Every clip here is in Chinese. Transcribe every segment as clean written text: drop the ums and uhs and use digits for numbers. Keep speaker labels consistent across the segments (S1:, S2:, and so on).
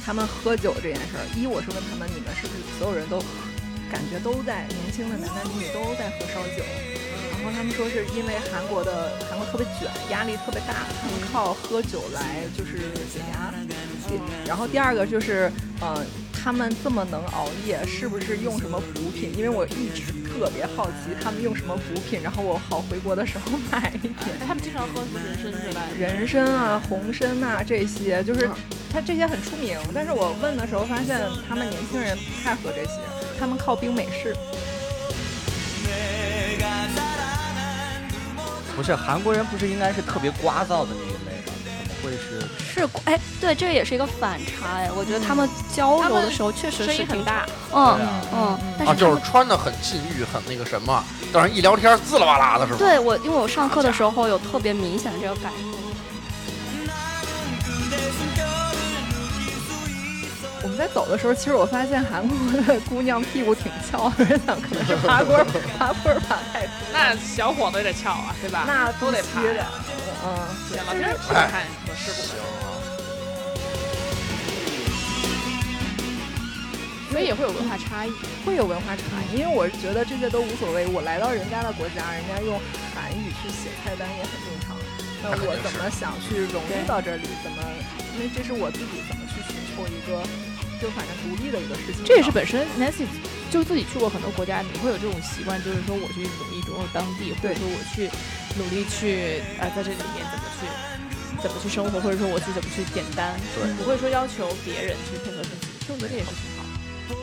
S1: 他们喝酒这件事儿，我是问他们你们是不是所有人都感觉都在年轻的男男女女都在喝烧酒，然后他们说是因为韩国特别卷，压力特别大，他们靠喝酒来就是解压。然后第二个就是他们这么能熬夜，是不是用什么补品？因为我一直特别好奇他们用什么补品，然后我好回国的时候买一点。
S2: 他们经常喝人参之类的，
S1: 人参啊、红参啊这些，就是它这些很出名。但是我问的时候发现，他们年轻人不太喝这些，他们靠冰美式。
S3: 不是韩国人，不是应该是特别聒噪的那一类吗？怎么会是？
S4: 哎，对，这也是一个反差哎。我觉得他们交流的时候确实是
S2: 很大，
S4: 但是
S5: 就是穿的很禁欲，很那个什么，但是一聊天滋啦哇啦的是吧？
S4: 对，因为我上课的时候有特别明显的这个感受。
S1: 我们在走的时候，其实我发现韩国的姑娘屁股挺翘的，可能是爬坡爬太多。
S2: 那小伙子也得翘啊，对吧？
S1: 那
S2: 都得爬
S1: 的。
S2: 行，老师看合适不合适？所以也会有文化差异，
S1: 会有文化差异。因为我觉得这些都无所谓，我来到人家的国家，人家用韩语去写菜单也很正常。那我怎么想去融入到这里？因为这是我自己怎么去寻求一个。就反正独立的一个事情，
S2: 这也是本身 Nancy 就自己去过很多国家，你会有这种习惯，就是说我去努力融入当地，或者说我去努力去在这里面怎么去生活，或者说我去怎么去点单，
S5: 对，
S2: 不会说要求别人去配合自己，就我觉得这也是挺好。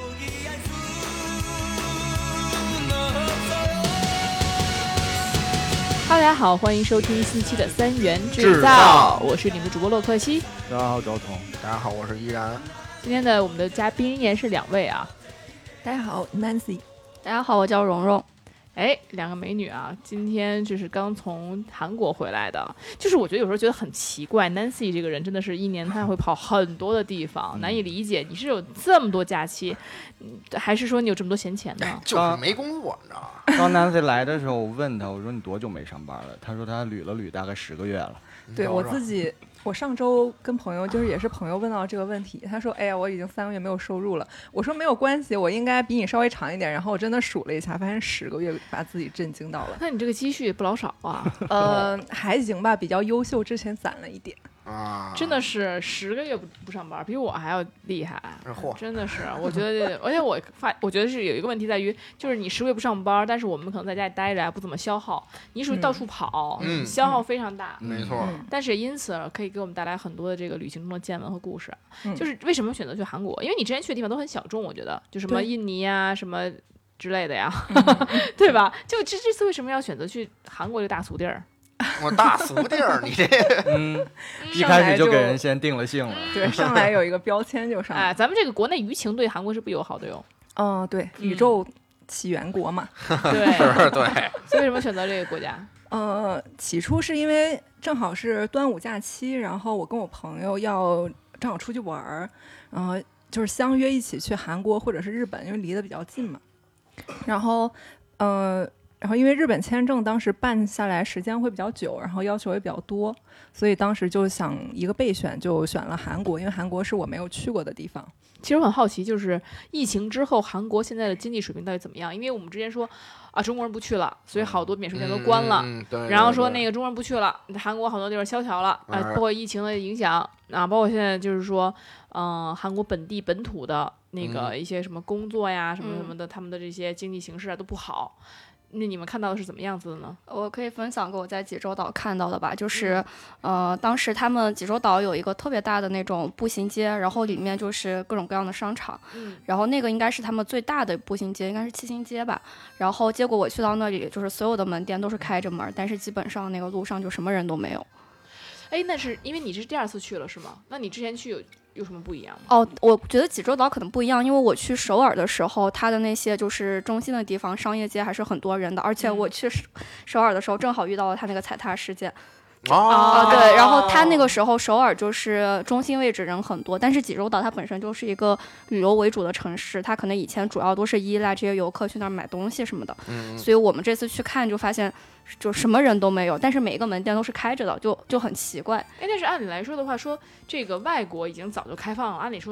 S2: 大家好，欢迎收听新期的三元制造，我是你们的主播洛克西。
S3: 大家好，赵彤。
S5: 大家好，我是依然。
S2: 今天的我们的嘉宾依然是2位啊。
S1: 大家好 ，Nancy。
S4: 大家好，我叫蓉蓉。
S2: 哎，2个美女啊，今天就是刚从韩国回来的。就是我觉得有时候觉得很奇怪 ，Nancy 这个人真的是一年她会跑很多的地方，难以理解。你是有这么多假期，还是说你有这么多闲钱呢？
S5: 就是没工作，你知道吗？
S3: 刚 Nancy 来的时候，我问他，我说你多久没上班了？他说他捋了捋，大概10个月了。
S1: 对我自己，我上周跟朋友，就是也是朋友问到这个问题，他说：“哎呀，我已经3个月没有收入了。”我说：“没有关系，我应该比你稍微长一点。”然后我真的数了一下，发现10个月，把自己震惊到了。
S2: 那你这个积蓄不老少啊？
S1: 还行吧，比较优秀，之前攒了一点。
S2: 真的是10个月不上班，比我还要厉害。真的是，我觉得，而且我觉得是有一个问题在于，就是你10个月不上班，但是我们可能在家里待着不怎么消耗，你属于到处跑，消耗非常大。
S5: 没错。
S2: 但是也因此可以给我们带来很多的这个旅行中的见闻和故事。就是为什么选择去韩国？因为你之前去的地方都很小众，我觉得就什么印尼呀什么之类的呀，对吧？就这次为什么要选择去韩国这个大俗地儿？
S5: 我大俗地儿，你这
S3: 一开始就给人先定了性了。
S1: 对，上来有一个标签就上来。
S2: 咱们这个国内舆情对韩国是不友好的哟。
S1: 对，宇宙起源国嘛。
S5: 对对。
S2: 所以为什么选择这个国家？
S1: 起初是因为正好是端午假期，然后我跟我朋友正好出去玩，然后就是相约一起去韩国或者是日本，因为离得比较近嘛。然后因为日本签证当时办下来时间会比较久，然后要求也比较多，所以当时就想一个备选，就选了韩国，因为韩国是我没有去过的地方。
S2: 其实我很好奇，就是疫情之后韩国现在的经济水平到底怎么样？因为我们之前说中国人不去了，所以好多免税店都关了，
S5: 对，
S2: 然后说那个中国人不去了，韩国好多地方萧条了包括疫情的影响包括现在就是说韩国本土的那个一些什么工作呀什么什么的，他们的这些经济形势都不好。那你们看到的是怎么样子的呢？
S4: 我可以分享个我在济州岛看到的吧，就是当时他们济州岛有一个特别大的那种步行街，然后里面就是各种各样的商场，然后那个应该是他们最大的步行街，应该是七星街吧。然后结果我去到那里，就是所有的门店都是开着门，但是基本上那个路上就什么人都没有。
S2: 那是因为你是第2次去了是吗？那你之前去有什么不一样吗？
S4: 我觉得济州岛可能不一样，因为我去首尔的时候，它的那些就是中心的地方，商业街还是很多人的，而且我去首尔的时候正好遇到了它那个踩踏事件。对，然后它那个时候首尔就是中心位置人很多，但是济州岛它本身就是一个旅游为主的城市，它可能以前主要都是依赖这些游客去那儿买东西什么的，所以我们这次去看就发现就什么人都没有，但是每一个门店都是开着的，就很奇怪。
S2: 但是按理来说的话，说这个外国已经早就开放了，按理说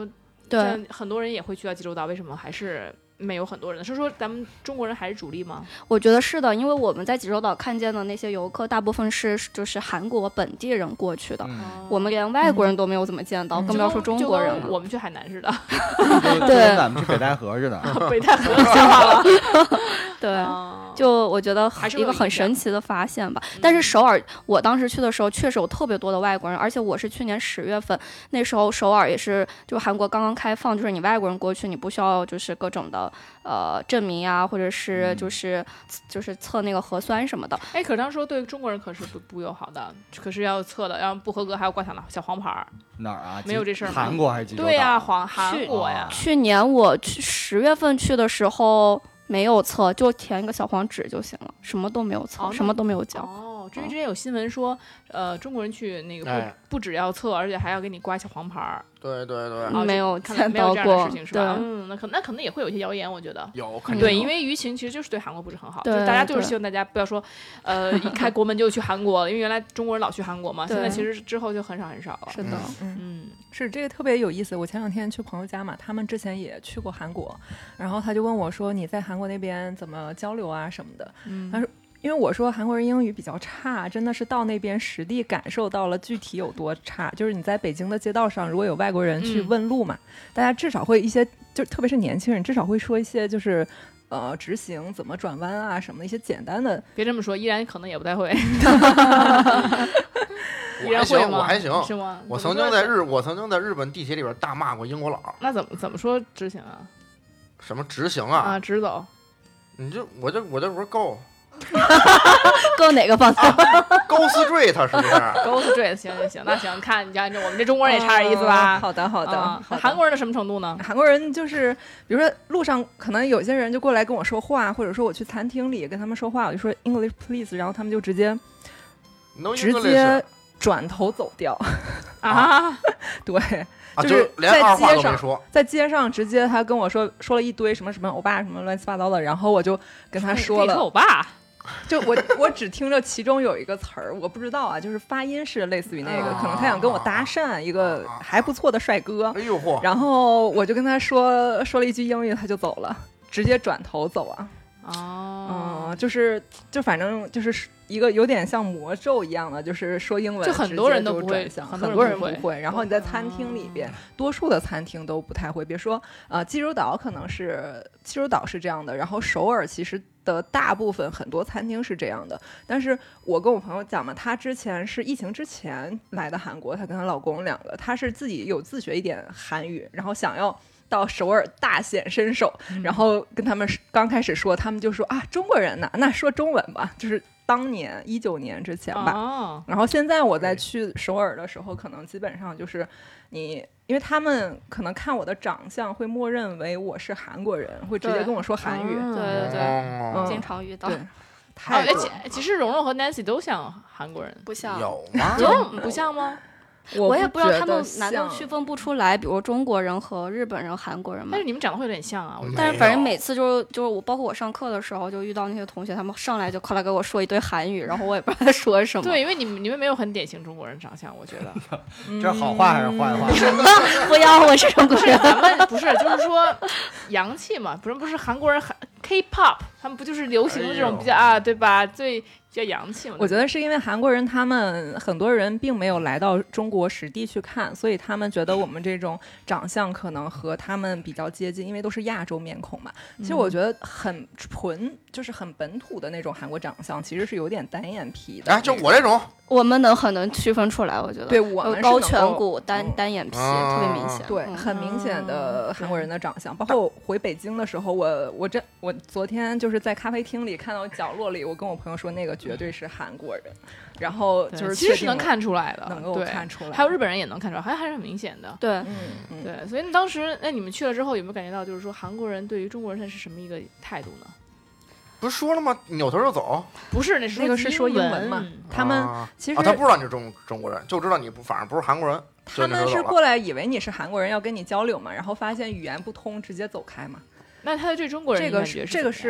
S4: 对，
S2: 像很多人也会去到济州岛，为什么还是没有很多人呢？是说咱们中国人还是主力吗？
S4: 我觉得是的，因为我们在济州岛看见的那些游客，大部分就是韩国本地人过去的，我们连外国人都没有怎么见到，更不要说中国人了。
S2: 我们去海南似的，
S4: 对，
S3: 咱们去北戴河似的。
S2: 北戴河想好了。
S4: 对。就我觉得一个很神奇的发现吧。但是首尔，我当时去的时候确实有特别多的外国人，而且我是去年10月份，那时候首尔也是就韩国刚刚开放，就是你外国人过去，你不需要就是各种的证明呀，或者是就是测那个核酸什么的。
S2: 哎，可是当时说对中国人可是不友好的，可是要测的，要不合格还要挂小黄牌。
S3: 哪儿啊？
S2: 没有这事儿吗？
S3: 韩国还是济州岛？
S2: 对呀，韩国呀。
S4: 去年我去10月份去的时候。没有测，就填一个小黄纸就行了，什么都没有测，什么都没有交。
S2: 之前有新闻说，中国人去那个不只要测，而且还要给你挂小黄牌。
S5: 对对对，
S4: 没有见到过，
S2: 没有这样的事情是吧？那可能也会有一些谣言，我觉得
S5: 有。
S2: 对，因为舆情其实就是对韩国不是很好，就是大家就是希望大家不要说，一开国门就去韩国，因为原来中国人老去韩国嘛，现在其实之后就很少了。
S1: 是的，是这个特别有意思。我前2天去朋友家嘛，他们之前也去过韩国，然后他就问我说：“你在韩国那边怎么交流啊什么的？”他说。因为我说韩国人英语比较差，真的是到那边实地感受到了具体有多差。就是你在北京的街道上，如果有外国人去问路嘛，大家至少会一些，就特别是年轻人，至少会说一些就是直行怎么转弯啊什么的一些简单的。
S2: 别这么说，依然可能也不太会。
S5: 我还行，
S2: 是吗？
S5: 我曾经在日本地铁里边大骂过英国佬。
S2: 那怎么说直行啊？
S5: 什么直行啊？
S2: 啊，直走。
S5: 我就说 go。
S4: 够哪个方向
S5: ？Go straight 是不是
S2: ？Go straight， 行，那行，看你看我们这中国人也差点意思吧？
S1: 好的。
S2: 韩国人的什么程度呢？
S1: 韩国人就是比如说路上可能有些人就过来跟我说话，或者说我去餐厅里跟他们说话，我就说 English please， 然后他们就直接转头走掉
S2: 啊！
S1: 对。
S5: 就是连二话都没说，
S1: 在街上直接他跟我说了一堆什么欧巴什么乱七八糟的，然后我就跟他说了
S2: 欧巴，
S1: 就我只听着其中有一个词儿，我不知道啊，就是发音是类似于那个，可能他想跟我搭讪一个还不错的帅哥，
S5: 哎呦嚯！
S1: 然后我就跟他说了一句英语，他就走了，直接转头走啊。就反正就是一个有点像魔咒一样的，就是说英文，
S2: 就很多人都不会，
S1: 很多人不会。然后你在餐厅里边，多数的餐厅都不太会。别说济州岛是这样的，然后首尔其实的大部分很多餐厅是这样的。但是我跟我朋友讲嘛，她之前是疫情之前来的韩国，她跟她老公2个，她是自己有自学一点韩语，然后想要到首尔大显身手，然后跟他们刚开始说，他们就说啊，中国人呢，那说中文吧，就是当年19年之前吧。然后现在我在去首尔的时候，可能基本上就是因为他们可能看我的长相会默认为我是韩国人，会直接跟我说韩语。
S4: 对，经常遇到。
S1: 对，
S2: 其实蓉蓉和 Nancy 都像韩国人，
S4: 不像？
S5: 有吗？
S2: 不像吗？
S4: 我也不知道他们难道区分不出来，比如中国人和日本人、韩国人吗？
S2: 但是你们长得会有点像啊。
S4: 但是反正每次就是我，包括我上课的时候，就遇到那些同学，他们上来就过来给我说一堆韩语，然后我也不知道他说什么。
S2: 对，因为你们没有很典型中国人长相，我觉得。
S3: 这是好话还是坏话？
S4: 不要，我是中国人。
S2: 咱们不是，就是说洋气嘛，不是韩国人K-pop， 他们不就是流行这种比较对吧？比较洋气嘛。
S1: 我觉得是因为韩国人他们很多人并没有来到中国实地去看，所以他们觉得我们这种长相可能和他们比较接近，因为都是亚洲面孔嘛。其实我觉得很纯，就是很本土的那种韩国长相，其实是有点单眼皮的。
S5: 就我这种，
S4: 我们很能区分出来，我觉得。
S1: 对，我们
S4: 高颧骨、单眼皮，特别明显。
S1: 对，很明显的韩国人的长相。包括我回北京的时候，我昨天就是在咖啡厅里看到角落里，我跟我朋友说那个绝对是韩国人，然后就是
S2: 其实是能看出来的，
S1: 能够看出来，
S2: 还有日本人也能看出来，还是很明显的。
S4: 对，
S2: 对，所以当时你们去了之后，有没有感觉到就是说韩国人对于中国人是什么一个态度呢？
S5: 不是说了吗？扭头就走。
S2: 不是，
S1: 那个是说英文嘛？他们其实
S5: 他不知道你是中国人，就知道你反正不是韩国人。
S1: 他们是过来以为你是韩国人，要跟你交流嘛，然后发现语言不通，直接走开嘛。
S2: 那他对中国人
S1: 这个是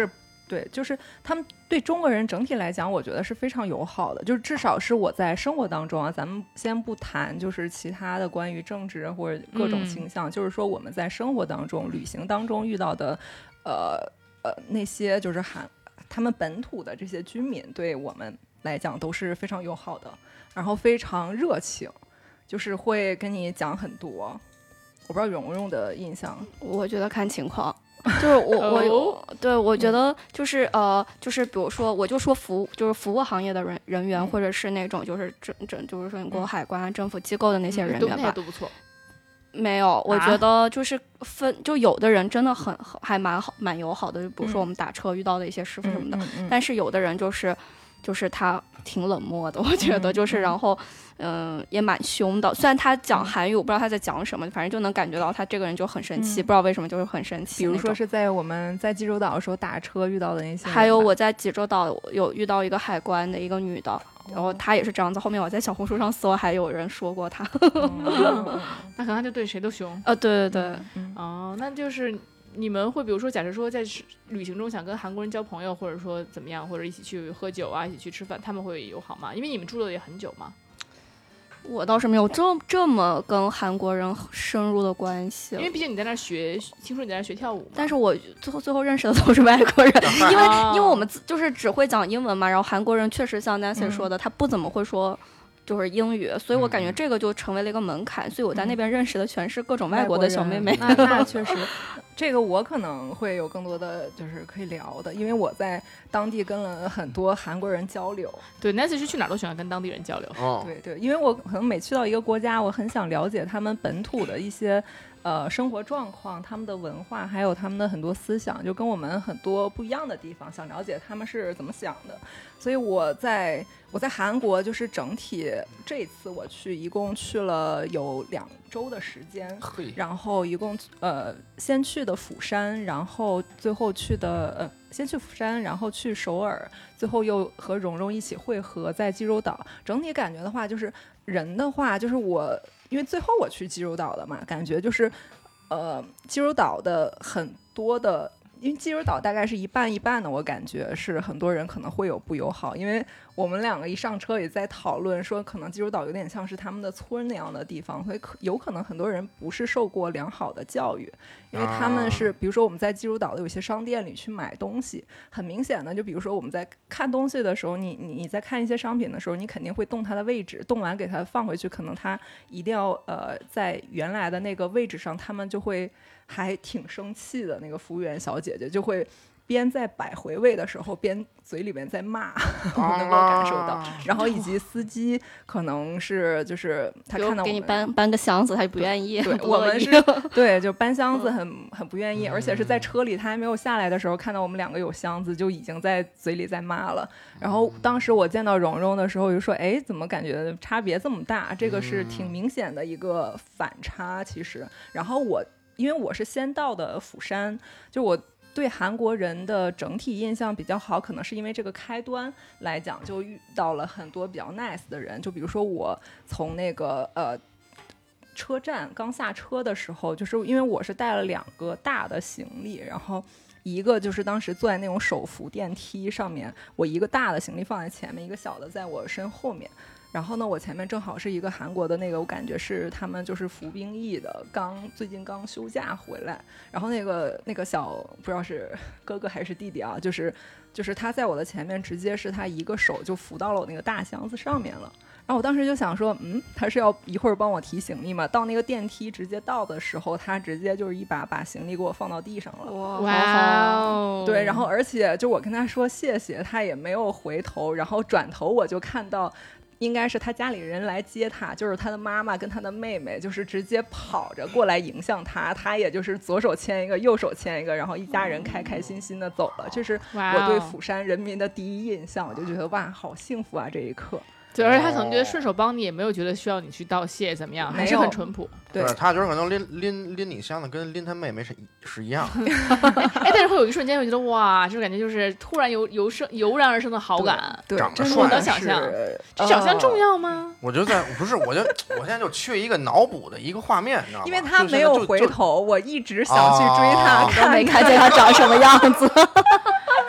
S1: 对，就是他们对中国人整体来讲，我觉得是非常友好的。就是至少是我在生活当中啊，咱们先不谈就是其他的关于政治或者各种倾向，就是说我们在生活当中、旅行当中遇到的，那些就是他们本土的这些居民，对我们来讲都是非常友好的，然后非常热情，就是会跟你讲很多。我不知道蓉蓉的印象，
S4: 我觉得看情况。就是对，我觉得就是比如说，我就说服务行业的人员，或者是那种就是就是说你过海关、政府机构的那些人员吧，
S2: 都不错。
S4: 没有，我觉得就是就有的人真的还蛮友好的，就比如说我们打车遇到的一些师傅什么的，但是有的人就是他挺冷漠的，我觉得就是然后也蛮凶的。虽然他讲韩语，我不知道他在讲什么，反正就能感觉到他这个人就很生气，不知道为什么就是很生气。
S1: 比如说是在我们在济州岛的时候打车遇到的那些，
S4: 还有我在济州岛有遇到一个海关的一个女的，然后她也是这样子。后面我在小红书上搜，还有人说过她。
S2: 那可能他就对谁都凶。
S4: 对对对。
S2: 哦，那就是你们会比如说，假设说在旅行中想跟韩国人交朋友，或者说怎么样，或者一起去喝酒啊，一起去吃饭，他们会友好吗？因为你们住的也很久嘛。
S4: 我倒是没有这么跟韩国人深入的关系，
S2: 因为毕竟你在那学，听说你在那学跳舞嘛。
S4: 但是我最后认识的都是外国人，因为我们就是只会讲英文嘛，然后韩国人确实像 Nancy 说的，他不怎么会说就是英语，所以我感觉这个就成为了一个门槛，所以我在那边认识的全是各种外国的小妹妹。
S1: 那确实，这个我可能会有更多的就是可以聊的，因为我在当地跟了很多韩国人交流。
S2: 对 Nancy 是去哪儿都喜欢跟当地人交流。
S1: 对对，因为我可能每去到一个国家，我很想了解他们本土的一些生活状况，他们的文化，还有他们的很多思想，就跟我们很多不一样的地方，想了解他们是怎么想的。所以我在韩国就是整体这一次我一共去了有2周的时间，然后一共先去的釜山，然后最后去的先去釜山，然后去首尔，最后又和蓉蓉一起会合在济州岛。整体感觉的话，就是人的话，就是因为最后我去济州岛了嘛，感觉就是济州岛的很多的。因为济州岛大概是一半一半的，我感觉是很多人可能会有不友好，因为我们2个一上车也在讨论说，可能济州岛有点像是他们的村那样的地方，所以有可能很多人不是受过良好的教育，因为他们是，比如说我们在济州岛的有些商店里去买东西，很明显的，就比如说我们在看东西的时候，你在看一些商品的时候，你肯定会动它的位置，动完给它放回去，可能它一定要在原来的那个位置上，他们就会还挺生气的，那个服务员小姐姐就会边在摆回位的时候边嘴里面在骂，我能够感受到。然后以及司机可能是就是他看到
S4: 给你搬个箱子，他就不愿意。
S1: 对，我们是对，就搬箱子很不愿意，而且是在车里他还没有下来的时候，看到我们2个有箱子，就已经在嘴里在骂了。然后当时我见到蓉蓉的时候，就说：“哎，怎么感觉差别这么大？这个是挺明显的一个反差，其实。”然后因为我是先到的釜山，就我对韩国人的整体印象比较好，可能是因为这个开端来讲，就遇到了很多比较 nice 的人。就比如说我从那个车站刚下车的时候，就是因为我是带了2个大的行李，然后一个就是当时坐在那种手扶电梯上面，我一个大的行李放在前面，一个小的在我身后面。然后呢，我前面正好是一个韩国的那个，我感觉是他们就是服兵役的，最近刚休假回来。然后那个小不知道是哥哥还是弟弟啊，就是他在我的前面，直接是他一个手就扶到了我那个大箱子上面了。然后我当时就想说，他是要一会儿帮我提行李嘛？到那个电梯直接到的时候，他直接就是一把行李给我放到地上了。
S2: 哇哦！
S1: 对，然后而且就我跟他说谢谢，他也没有回头，然后转头我就看到。应该是他家里人来接他，就是他的妈妈跟他的妹妹，就是直接跑着过来迎向他，他也就是左手牵一个，右手牵一个，然后一家人开开心心的走了。这是我对釜山人民的第一印象，我就觉得哇，好幸福啊！这一刻。
S2: 对，而且他可能觉得顺手帮你，也没有觉得需要你去道谢怎么样，还是很淳朴。
S5: 对，他觉得可能拎你箱子跟拎他妹妹是一样。
S2: 哎，但是会有一瞬间会觉得哇，这种感觉就是突然油然而生的好感。
S1: 对，
S5: 长得
S1: 帅，
S2: 我能想象。这长相重要吗？
S5: 我就不是，我现在就缺一个脑补的一个画面，你知道吗？
S1: 因为他没有回头，我一直想去追他，
S4: 都没看见他长什么样子。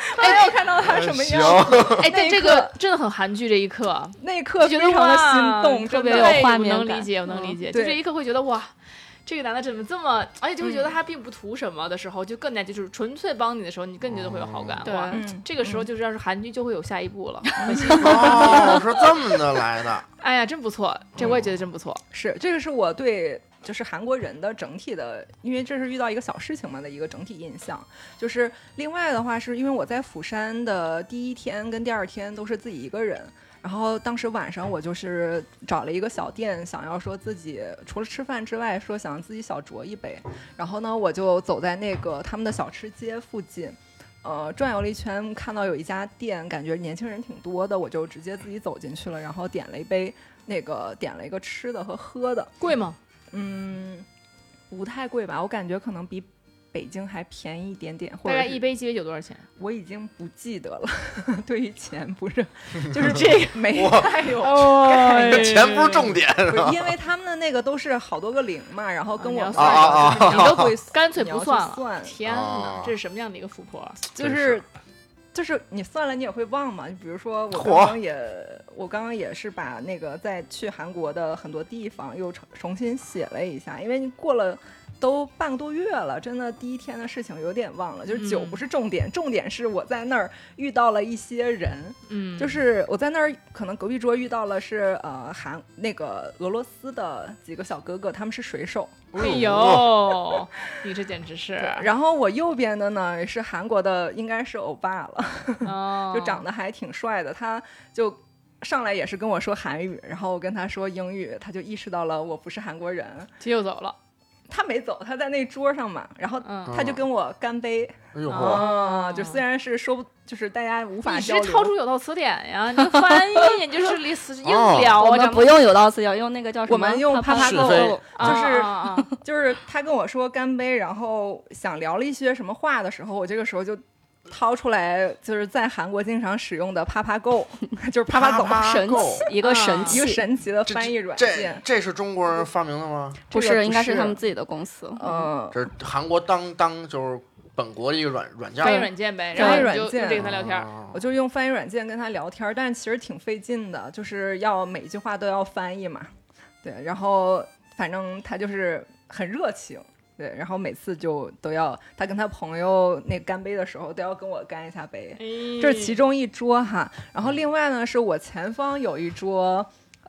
S1: 没有看到他什么样子。
S2: 哎，但这个真的很韩剧，这一刻，
S1: 那一刻
S2: 觉得
S1: 非常的
S2: 哇
S1: 心动，
S2: 特别
S1: 真的
S4: 有画面感
S2: 我能理解，我能理解。就
S1: 对
S2: 这一刻会觉得哇。这个男的怎么这么，而且就会觉得他并不图什么的时候，就更加就是纯粹帮你的时候，你更觉得会有好感。
S4: 对
S2: 哇，
S1: 嗯
S2: 这个时候就是要是韩剧就会有下一部了。
S5: 哦，是这么的来的。
S2: 哎呀，真不错，这我也觉得真不错。
S1: 是这个是我对就是韩国人的整体的，因为这是遇到一个小事情嘛的一个整体印象。就是另外的话，是因为我在釜山的第一天跟第二天都是自己一个人。然后当时晚上我就是找了一个小店，想要说自己除了吃饭之外，说想自己小酌一杯。然后呢，我就走在那个他们的小吃街附近，转悠了一圈，看到有一家店，感觉年轻人挺多的，我就直接自己走进去了，然后点了一杯点了一个吃的和喝的。
S2: 贵吗？
S1: 不太贵吧，我感觉可能比北京还便宜一点点，或
S2: 大
S1: 者是
S2: 概一杯鸡尾酒多少钱？
S1: 我已经不记得了。对于钱不是，就是这个没太有
S2: 哦
S5: 钱不是重点，
S1: 不是因为他们的那个都是好多个零嘛，然后跟我
S2: 你要
S1: 算
S5: 啊
S1: 就是
S2: 你都
S1: 会
S2: 干脆不算了。
S1: 算
S2: 天哪
S5: 啊，
S2: 这是什么样的一个富婆？
S1: 就是你算了你也会忘嘛。比如说我刚刚也是把那个在去韩国的很多地方又重新写了一下，因为你过了都半个多月了，真的第一天的事情有点忘了。就是酒不是重点，重点是我在那儿遇到了一些人，就是我在那儿可能隔壁桌遇到了是那个俄罗斯的几个小哥哥，他们是水手。
S2: 哎呦，你这简直是！
S1: 然后我右边的呢是韩国的，应该是欧巴了，
S2: 哦
S1: 就长得还挺帅的，他就上来也是跟我说韩语，然后我跟他说英语，他就意识到了我不是韩国人，
S2: 就又走了。
S1: 他没走，他在那桌上嘛，然后他就跟我干杯，
S5: 哎呦呵，
S1: 就虽然是说不，就是大家无法
S2: 你
S1: 交流，
S2: 直接抄出有道词典呀！你翻译，你就是硬聊啊！
S4: 我们不用有道词，要用那个叫什么？
S1: 我们用啪啪够，
S5: 是非
S1: 就是他跟我说干杯，然后想聊了一些什么话的时候，我这个时候就掏出来，就是在韩国经常使用的啪啪够，就是啪啪走，
S4: 神奇一个神器，
S1: 一个神奇的翻译软件。
S5: 这是中国人发明的吗？
S4: 不是，应该是他们自己的公司。
S5: 这是韩国当就是本国的一个软件，
S2: 翻译软件呗，
S1: 翻译
S2: 然后
S1: 软件
S2: 就跟他聊天。
S1: 我就用翻译软件跟他聊天，但是其实挺费劲的，就是要每一句话都要翻译嘛。对，然后反正他就是很热情。对，然后每次就都要他跟他朋友那干杯的时候都要跟我干一下杯，这是其中一桌哈。然后另外呢，是我前方有一桌，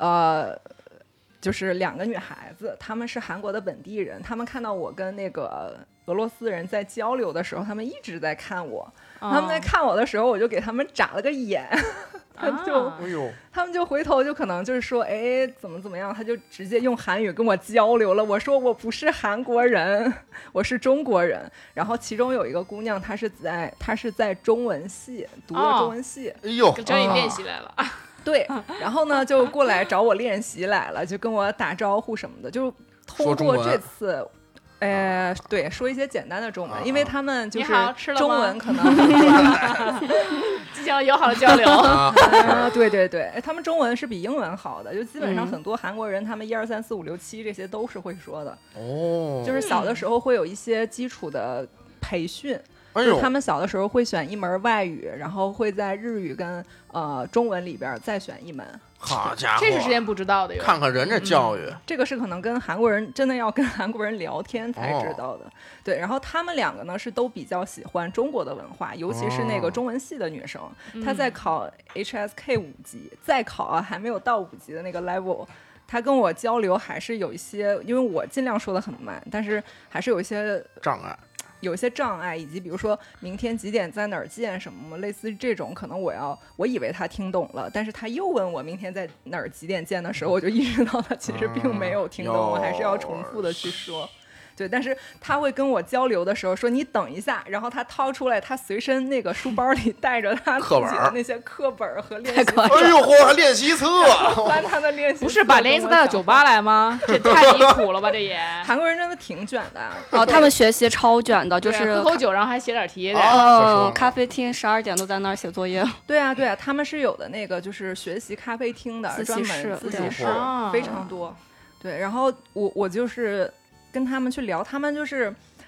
S1: 就是两个女孩子，她们是韩国的本地人，她们看到我跟那个俄罗斯人在交流的时候，她们一直在看我。他们在看我的时候，我就给他们眨了个眼，他们就回头就可能就是说，哎，怎么样，他就直接用韩语跟我交流了。我说我不是韩国人，我是中国人。然后其中有一个姑娘，她是在中文系读的中文系，
S5: 哎呦，
S2: 跟张宇练习来了。
S1: 对，然后呢就过来找我练习来了，就跟我打招呼什么的，就通过这次。对，说一些简单的中文，因为他们就是中文可能
S2: 进行了友好的交流。
S1: 对，他们中文是比英文好的，就基本上很多韩国人他们1、2、3、4、5、6、7这些都是会说的。就是小的时候会有一些基础的培训。就是他们小的时候会选一门外语，然后会在日语跟中文里边再选一门。
S5: 好家伙，
S2: 这是之前不知道的哟。
S5: 看看人这教育，
S1: 这个是可能跟韩国人真的要跟韩国人聊天才知道的。对，然后他们两个呢是都比较喜欢中国的文化，尤其是那个中文系的女生，她在考 HSK 5级，再考还没有到5级的那个 level。他跟我交流还是有一些，因为我尽量说的很慢，但是还是有一些
S5: 障碍。
S1: 有一些障碍，以及比如说明天几点在哪儿见什么，类似这种，可能我以为他听懂了，但是他又问我明天在哪儿几点见的时候，我就意识到他其实并没有听懂，我还是要重复的去说。对，但是他会跟我交流的时候说你等一下，然后他掏出来他随身那个书包里带着他自己的那些课本和练习册，
S5: 哎呦嚯，还练习册，
S1: 翻他的练习册，
S2: 不是把练习册带到酒吧来吗？这太离谱了吧，这也。
S1: 韩国人真的挺卷的
S4: 他们学习超卷的，就是
S2: 喝口酒然后还写点题
S4: 咖啡厅12点都在那儿写作业。
S1: 对啊，他们是有的那个就是学习咖啡厅的专门自习室非常多。对，然后我就是跟他们去聊，他们就是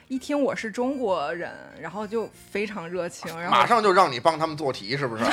S1: 一听我是中国人，然后就非常热情，然后
S5: 马上就让你帮他们做题，是不是？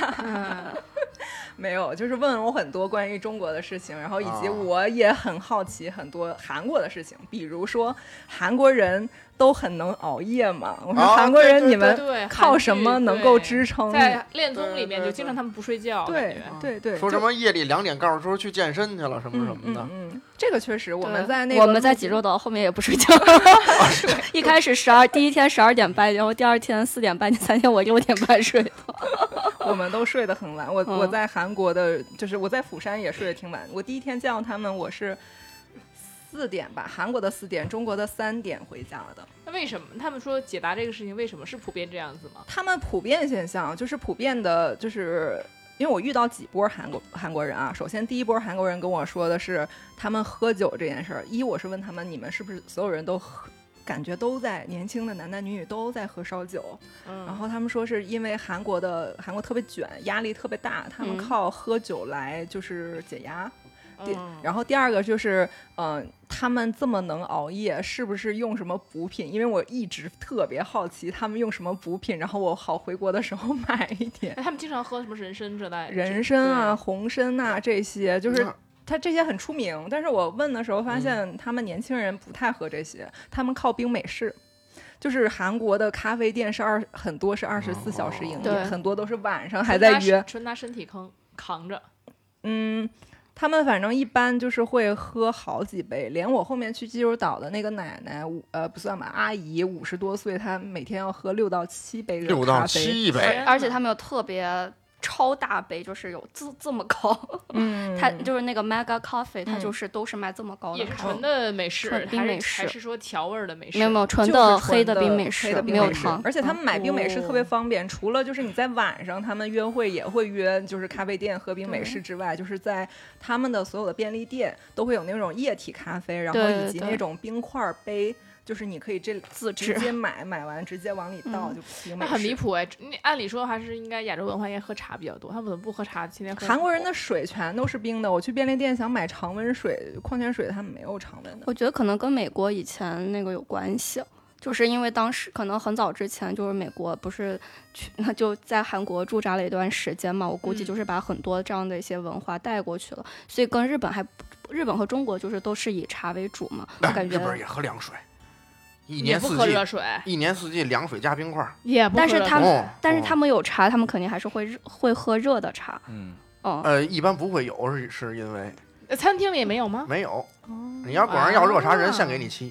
S1: 没有，就是问我很多关于中国的事情，然后以及我也很好奇很多韩国的事情，比如说韩国人都很能熬夜嘛。我说韩国人你们靠什么能够支撑？
S2: 在恋综里面就经常他们不睡觉，
S1: 对对对，
S5: 说什么夜里2点告诉说去健身去了什么什么的。
S1: 这个确实我们在
S4: 我们在济州岛后面也不睡觉，一开始第一天12点半，然后第二天4点半，第3天我6点半睡的。
S1: 我们都睡得很晚。我在韩国的，就是我在釜山也睡得挺晚。我第一天见到他们，我是4点吧，韩国的4点，中国的3点回家了的。
S2: 那为什么他们说解答这个事情为什么是普遍这样子吗？
S1: 他们普遍现象就是普遍的，就是因为我遇到几波韩国人啊。首先第一波韩国人跟我说的是他们喝酒这件事儿。我是问他们，你们是不是所有人都感觉都在年轻的男女都在喝烧酒，然后他们说是因为韩国特别卷，压力特别大，他们靠喝酒来就是解压。然后第二个就是他们这么能熬夜是不是用什么补品？因为我一直特别好奇他们用什么补品，然后我好回国的时候买一点。
S2: 他们经常喝什么人参之类的，
S1: 人参啊红参啊这些，就是它这些很出名，但是我问的时候发现他们年轻人不太喝这些，他们靠冰美式。就是韩国的咖啡店很多是24小时营业，很多都是晚上还在约，
S2: 纯拿身体扛着。
S1: 他们反正一般就是会喝好几杯，连我后面去济州岛的那个奶奶，不算吧，阿姨50多岁，她每天要喝6到7杯热咖啡
S5: ，6到7杯，
S4: 而且他们有特别超大杯，就是有这么高，它就是那个 Mega Coffee，它就是都是卖这么高的，
S2: 也是纯的美式，
S4: 冰美式，
S2: 还是说调味的美式？
S4: 没有纯的黑的冰美式，没有糖。
S1: 而且他们买冰美式特别方便，除了就是你在晚上他们约会也会约就是咖啡店喝冰美式之外，就是在他们的所有的便利店都会有那种液体咖啡，然后以及那种冰块杯。就是你可以直接买完直接往里倒，就冰美式。
S2: 很离谱哎！按理说还是应该亚洲文化应该喝茶比较多，他们怎么不喝茶？天天喝。
S1: 韩国人的水全都是冰的，我去便利店想买常温水、矿泉水，他们没有常温的。
S4: 我觉得可能跟美国以前那个有关系，就是因为当时可能很早之前就是美国不是那就在韩国驻扎了一段时间嘛，我估计就是把很多这样的一些文化带过去了，所以跟日本和中国就是都是以茶为主嘛。我感觉
S5: 日本也喝凉水。
S2: 也不喝热水，
S5: 一年四季凉水加冰块，
S2: 也不喝热水。
S4: 但是他们有茶，他们肯定还是会喝热的茶。
S5: 一般不会有，是因为
S2: 餐厅里也没有吗？
S5: 没有。你要管人要热茶，人现给你沏。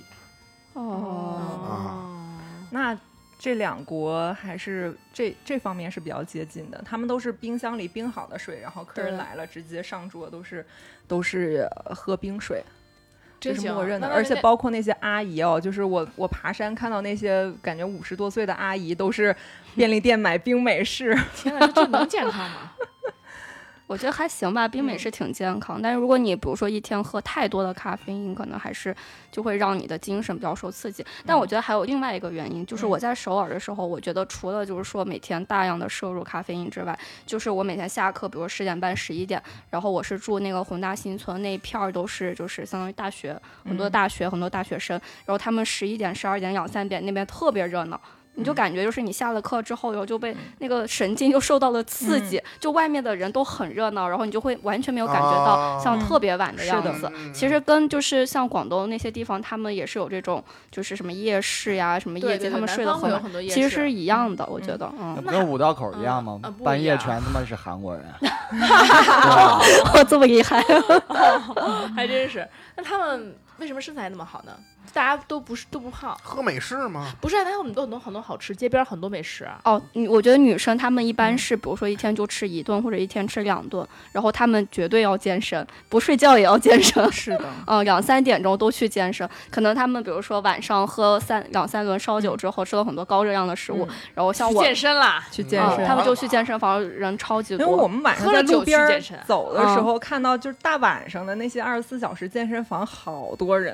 S1: 那这两国还是这方面是比较接近的，他们都是冰箱里冰好的水，然后客人来了直接上桌都是喝冰水。这是默认的，而且包括那些阿姨哦，就是我爬山看到那些感觉50多岁的阿姨，都是便利店买冰美式。
S2: 天哪，这能健康吗？
S4: 我觉得还行吧，冰美式挺健康，但是如果你比如说一天喝太多的咖啡因，可能还是就会让你的精神比较受刺激。但我觉得还有另外一个原因，就是我在首尔的时候，我觉得除了就是说每天大量的摄入咖啡因之外，就是我每天下课，比如10点半、11点，然后我是住那个弘大新村那一片儿，都是就是相当于大学，很多大学很多大学生，然后他们11点、12点、2、3点那边特别热闹。你就感觉就是你下了课之后，然后就被那个神经就受到了刺激，就外面的人都很热闹，然后你就会完全没有感觉到像特别晚的样子。其实跟就是像广东那些地方，他们也是有这种就是什么夜市呀、什么夜街，他们睡得很晚，其实是一样的，我觉得。
S3: 不跟五道口一样吗？半夜全他妈是韩国人。
S4: 我这么厉害，
S2: 还真是。那他们为什么身材那么好呢？大家都不胖，
S5: 喝美式吗？
S2: 不是，他有很多好吃，街边很多美食。
S4: 我觉得女生她们一般是，比如说一天就吃1顿，或者一天吃2顿，然后她们绝对要健身，不睡觉也要健身。
S1: 是的
S4: ，2、3点钟都去健身。可能她们比如说晚上喝2、3轮烧酒之后，吃了很多高热量的食物，然后像我
S2: 健身啦，
S1: 去健身，
S4: 他们就去健身房，人超级多。
S1: 因为我们晚上在路边走的时候，看到就是大晚上的那些24小时健身房，好多人。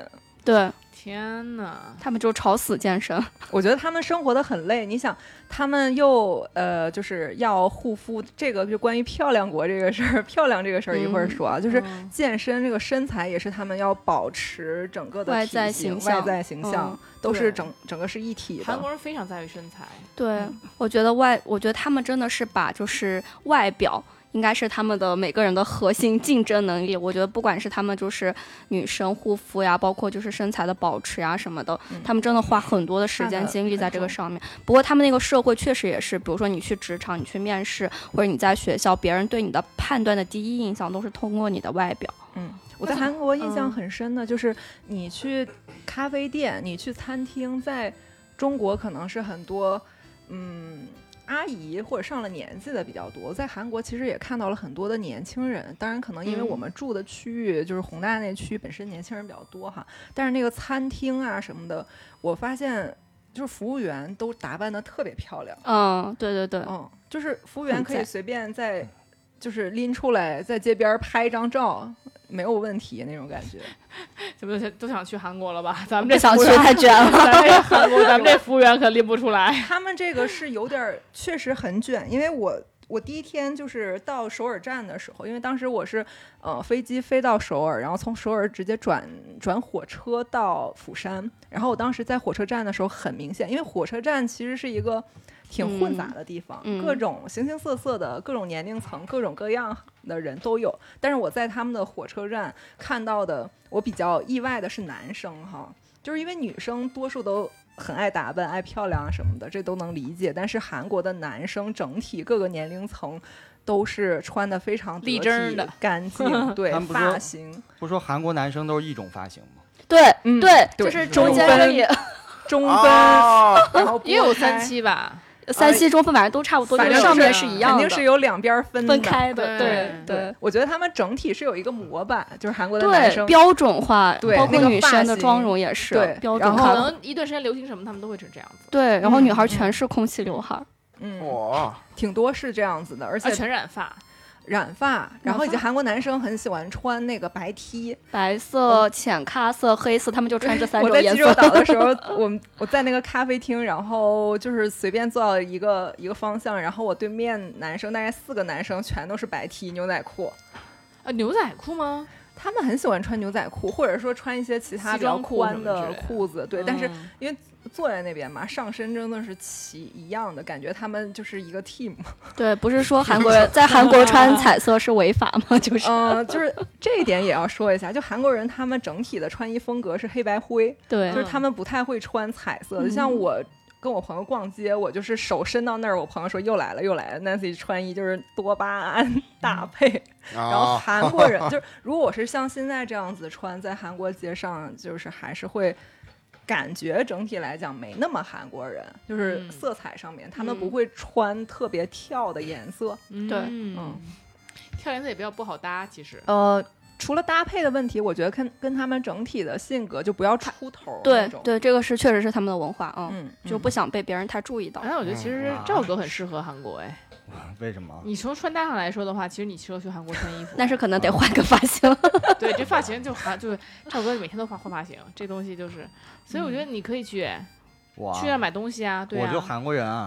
S4: 对，
S2: 天哪，
S4: 他们就吵死健身。
S1: 我觉得他们生活的很累，你想，他们又就是要护肤，这个就关于漂亮国这个事儿，漂亮这个事儿一会儿说啊，就是健身这个身材也是他们要保持整个的
S4: 外在
S1: 体型、
S4: 形象
S1: 外在形象、都是整个是一体的。
S2: 韩国人非常在意身材，
S4: 对，我觉得他们真的是把就是外表。应该是他们的每个人的核心竞争能力。我觉得不管是他们就是女生护肤呀，包括就是身材的保持呀什么的，他们真的花很多的时间精力在这个上面。不过他们那个社会确实也是，比如说你去职场，你去面试，或者你在学校，别人对你的判断的第一印象都是通过你的外表。
S1: 我在韩国印象很深的就是你去咖啡店，你去餐厅，在中国可能是很多阿姨或者上了年纪的比较多，在韩国其实也看到了很多的年轻人，当然可能因为我们住的区域、就是宏大那区本身年轻人比较多哈，但是那个餐厅啊什么的，我发现就是服务员都打扮得特别漂亮。
S4: 对对对，
S1: 就是服务员可以随便就是拎出来在街边拍一张照没有问题那种感觉。
S2: 怎么都想去韩国了吧？咱们这
S4: 想去太卷了。
S2: 咱们这服务员可拎不出来。
S1: 他们这个是有点确实很卷，因为我第一天就是到首尔站的时候，因为当时我是飞机飞到首尔，然后从首尔直接转火车到釜山，然后我当时在火车站的时候很明显，因为火车站其实是一个挺混杂的地方，各种形形色色的各种年龄层各种各样的人都有，但是我在他们的火车站看到的，我比较意外的是男生哈，就是因为女生多数都很爱打扮爱漂亮什么的，这都能理解，但是韩国的男生整体各个年龄层都是穿得非常
S2: 立正的
S1: 干净对发型
S3: 不说韩国男生都是一种发型吗？
S4: 对、
S1: 对，
S4: 就是中间这里
S1: 中分、然后
S2: 也有3-7吧
S4: ，3-7中分反正都差不多，就是上面是一样的，
S1: 肯定是有两边分
S4: 开的。对，
S1: 我觉得他们整体是有一个模板，就是韩国的男生
S4: 标准化，
S1: 对，
S4: 包括女生的妆容也是标准
S2: 化。可能一段时间流行什么，他们都会成这样子。
S4: 对，然后女孩全是空气刘海，
S1: 挺多是这样子的，而且
S2: 全染发，
S1: 然后以及韩国男生很喜欢穿那个白 T，
S4: 白色、浅咖色、黑色，他们就穿这3种颜色。
S1: 我在济州岛的时候，我在那个咖啡厅，然后就是随便坐到一个方向，然后我对面男生大概4个男生全都是白 T 牛仔裤。
S2: 牛仔裤吗？
S1: 他们很喜欢穿牛仔裤，或者说穿一些其他比较宽的裤子，对。但是因为坐在那边嘛，上身真的是一样的感觉，他们就是一个 team。对，
S4: 不是说韩国人在韩国穿彩色是违法吗？就是
S1: 就是这一点也要说一下，就韩国人他们整体的穿衣风格是黑白灰，
S4: 对，
S1: 就是他们不太会穿彩色的。像我跟我朋友逛街，我就是手伸到那儿，我朋友说又来了，Nancy 穿衣就是多巴胺搭配。然后韩国人就是如果我是像现在这样子穿，在韩国街上就是还是会感觉整体来讲没那么韩国人，就是色彩上面他们不会穿特别跳的颜色。
S4: 对，
S2: 跳颜色也比较不好搭，其实
S1: 除了搭配的问题，我觉得跟他们整体的性格就不要出头。
S4: 对，这个是确实是他们的文化，就不想被别人太注意到。
S2: 我觉得其实赵哥很适合韩国哎。
S3: 为什么？
S2: 你从穿搭上来说的话，其实你适合去韩国穿衣服，
S4: 但是可能得换个发型。
S2: 对，这发型就是赵哥每天都换发型，这东西就是，所以我觉得你可以去。去那买东西啊，对啊，
S3: 我就韩国人啊。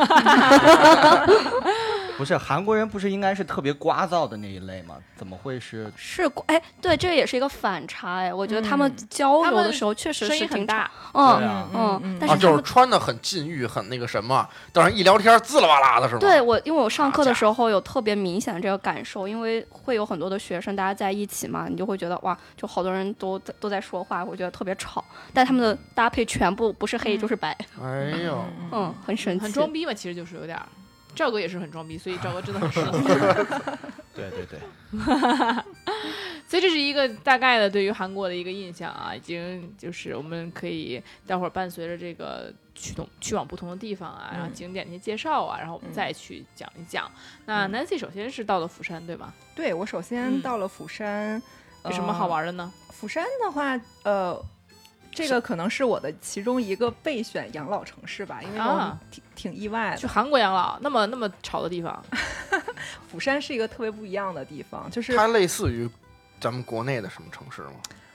S3: 不是韩国人，不是应该是特别聒噪的那一类吗？怎么会是？
S4: 对，这也是一个反差我觉得他们交流的时候确实是挺
S2: 大，
S4: 但是
S5: 就是穿的很禁欲，很那个什么，但是一聊天滋啦哇啦的是吗？
S4: 对，因为我上课的时候有特别明显的这个感受，因为会有很多的学生大家在一起嘛，你就会觉得哇，就好多人都在说话，我觉得特别吵，但他们的搭配全部不是黑就是白。
S5: 哎呦，
S4: 很神奇，
S2: 很装逼嘛，其实就是有点。赵哥也是很装逼，所以赵哥真的很适合。
S3: 对。
S2: 所以这是一个大概的对于韩国的一个印象啊，已经就是我们可以待会儿伴随着这个去往不同的地方啊，然后景点那些介绍啊，然后我们再去讲一讲。那 Nancy 首先是到了釜山，对吗？
S1: 对，我首先到了釜山，
S2: 有什么好玩的呢？
S1: 釜山的话，这个可能是我的其中一个备选养老城市吧，因为我挺意外的。
S2: 去韩国养老，那么吵的地方，
S1: 釜山是一个特别不一样的地方，就是
S5: 它类似于咱们国内的什么城市吗？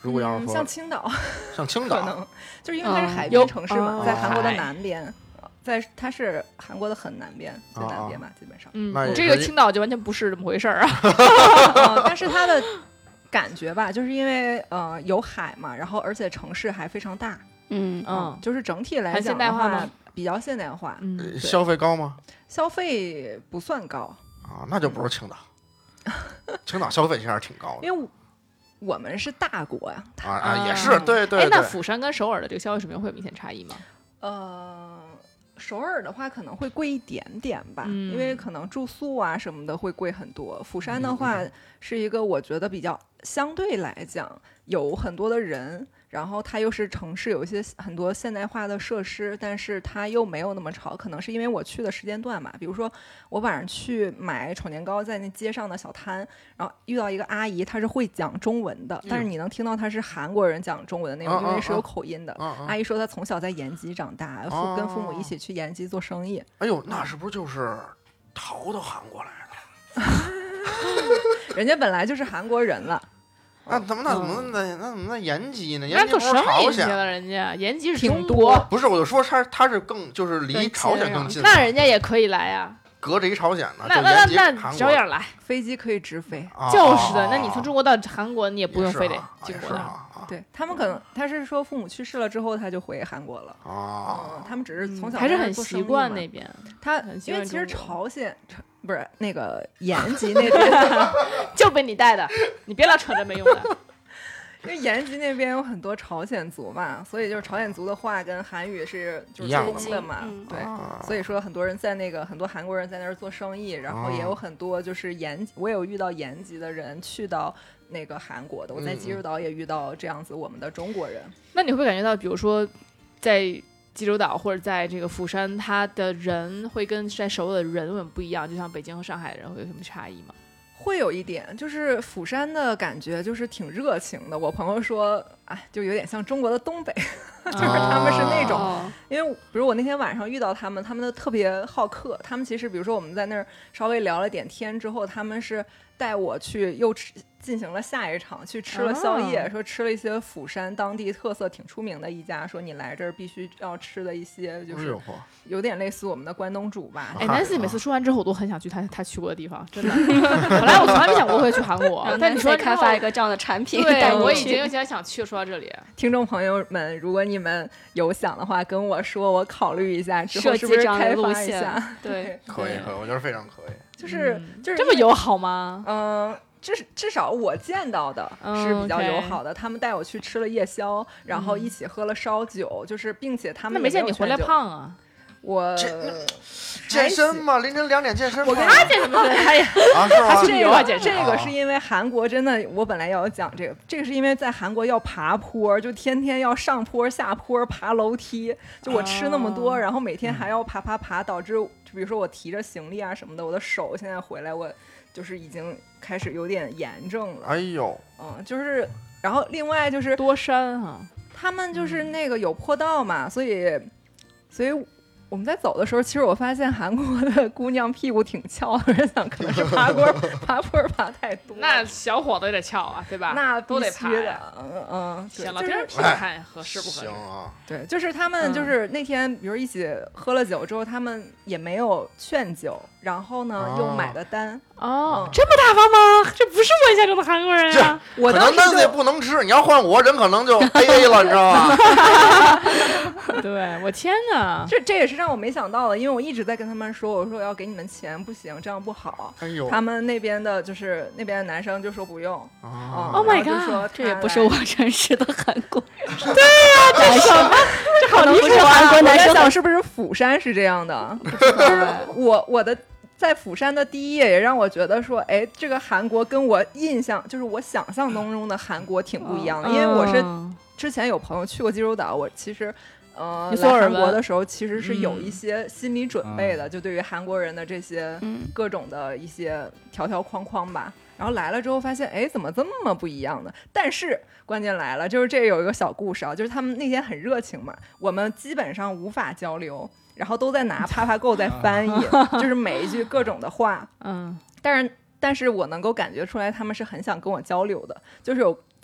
S5: 如果要是说
S1: 像青岛，
S5: 像青岛，
S1: 可能就是因为它是海边城市嘛，在韩国的
S2: 海
S1: 南边。它是韩国的很南边，最南边吧，基本上。
S2: 这个青岛就完全不是这么回事儿啊。
S1: 但是它的感觉吧，就是因为有海嘛，然后而且城市还非常大，就是整体来讲的话比较现代化。
S5: 消费高吗？
S1: 消费不算高
S5: 啊，那就不是青岛。青岛消费其实还是挺高的，
S1: 因为我们是大国呀。
S5: 也是，对。
S2: 那釜山跟首尔的这个消费水平会有明显差异吗？
S1: 首尔的话可能会贵一点点吧，因为可能住宿啊什么的会贵很多。釜山的话是一个我觉得比较相对来讲有很多的人，然后它又是城市，有一些很多现代化的设施，但是它又没有那么潮。可能是因为我去的时间段嘛，比如说我晚上去买炒年糕，在那街上的小摊，然后遇到一个阿姨，她是会讲中文的，但是你能听到她是韩国人讲中文的那种，因为是有口音的。阿姨说她从小在延吉长大，跟父母一起去延吉做生意。
S5: 哎呦，那是不是就是逃到韩国来了？
S1: 人家本来就是韩国人了。
S5: 那怎么那延吉呢？
S2: 人家做生意去
S5: 了，
S2: 人家延吉是
S1: 挺多。
S5: 不是，我就说他是更就是离朝鲜更近，
S2: 那人家也可以来呀，
S5: 隔着一朝鲜呢。
S2: 那照样来，
S1: 飞机可以直飞。
S2: 就是的，那你从中国到韩国，你也不用非得经过那。
S1: 对他们可能他是说父母去世了之后他就回韩国了。他们只是从小
S2: 还是很习惯那边。
S1: 他因为其实朝鲜。不是那个延吉那边
S2: 就被你带的，你别老扯这没用的。
S1: 因为延吉那边有很多朝鲜族嘛，所以就是朝鲜族的话跟韩语是就是通的嘛，对，所以说很多人在很多韩国人在那儿做生意，然后也有很多就是我有遇到延吉的人去到那个韩国的，我在济州岛也遇到这样子我们的中国人。
S2: 那你会感觉到，比如说在济州岛或者在这个釜山，它的人会跟在首尔的人有不一样，就像北京和上海人会有什么差异吗？
S1: 会有一点，就是釜山的感觉就是挺热情的。我朋友说，就有点像中国的东北，就是他们是那种，因为比如我那天晚上遇到他们都特别好客。他们其实比如说我们在那儿稍微聊了点天之后，他们是带我去又进行了下一场，去吃了宵夜，说吃了一些釜山当地特色挺出名的一家，说你来这儿必须要吃的一些，就是有点类似我们的关东煮吧。
S2: Nancy 每次说完之后，我都很想去他去过的地方，真的。本来我从来没想过会去韩国，但你说
S4: 开发一个这样的产品，
S2: 对，我已经有点想去。说到这里，
S1: 听众朋友们，如果你们有想的话，跟我说，我考虑一下之后是不是开发一下。
S2: 对，
S5: 可以，我觉得非常可以。
S1: 就是
S2: 这么友好吗？
S1: 至少我见到的是比较友好的。他们带我去吃了夜宵，然后一起喝了烧酒，就是并且他们
S2: 没见你回来胖啊。
S1: 我
S5: 健身嘛，凌晨2点健身。
S2: 我跟他健什么身？他也
S1: 这个是因为韩国真的，我本来要讲这个是因为在韩国要爬坡，就天天要上坡下坡爬楼梯，就我吃那么多，然后每天还要爬，导致比如说我提着行李啊什么的，我的手现在回来我就是已经开始有点炎症了。
S5: 哎呦，
S1: 就是然后另外就是
S2: 多山哈，
S1: 他们就是那个有坡道嘛，所以我们在走的时候，其实我发现韩国的姑娘屁股挺翘的，我在想可能是爬坡爬太多。
S2: 那小伙子也得翘啊，对吧？
S1: 那
S2: 都得爬
S1: 的。
S2: 行了，就是屁股看合适不合适。
S5: 行啊。
S1: 对，就是他们就是那天，比如一起喝了酒之后，他们也没有劝酒，然后呢又买了单。
S2: 这么大方吗？这不是我印象中的韩国人啊！
S1: 我
S5: 可能那也不能吃，你要换我人可能就 AA 了，你知道吗？
S2: 对，我天哪，
S1: 这也是让我没想到的，因为我一直在跟他们说，我说我要给你们钱，不行，这样不好。
S5: 哎呦，
S1: 他们那边的就是那边的男生就说不用。
S2: Oh my god，
S4: 这也不是我认识的韩国人。
S1: 对呀，这什么？这好离谱啊！
S4: 韩国男生
S1: 我在想是不是釜山是这样的？就是我的。在釜山的第一页也让我觉得说，哎，这个韩国跟我印象就是我想象当中的韩国挺不一样的，因为我是之前有朋友去过济州岛，我其实来韩国的时候其实是有一些心理准备的，就对于韩国人的这些各种的一些条条框框吧。然后来了之后发现，哎，怎么这么不一样呢？但是关键来了，就是这有一个小故事啊，就是他们那天很热情嘛，我们基本上无法交流。然后都在拿PapaGo在翻译，就是每一句各种的话，但是我能够感觉出来，他们是很想跟我交流的，就是有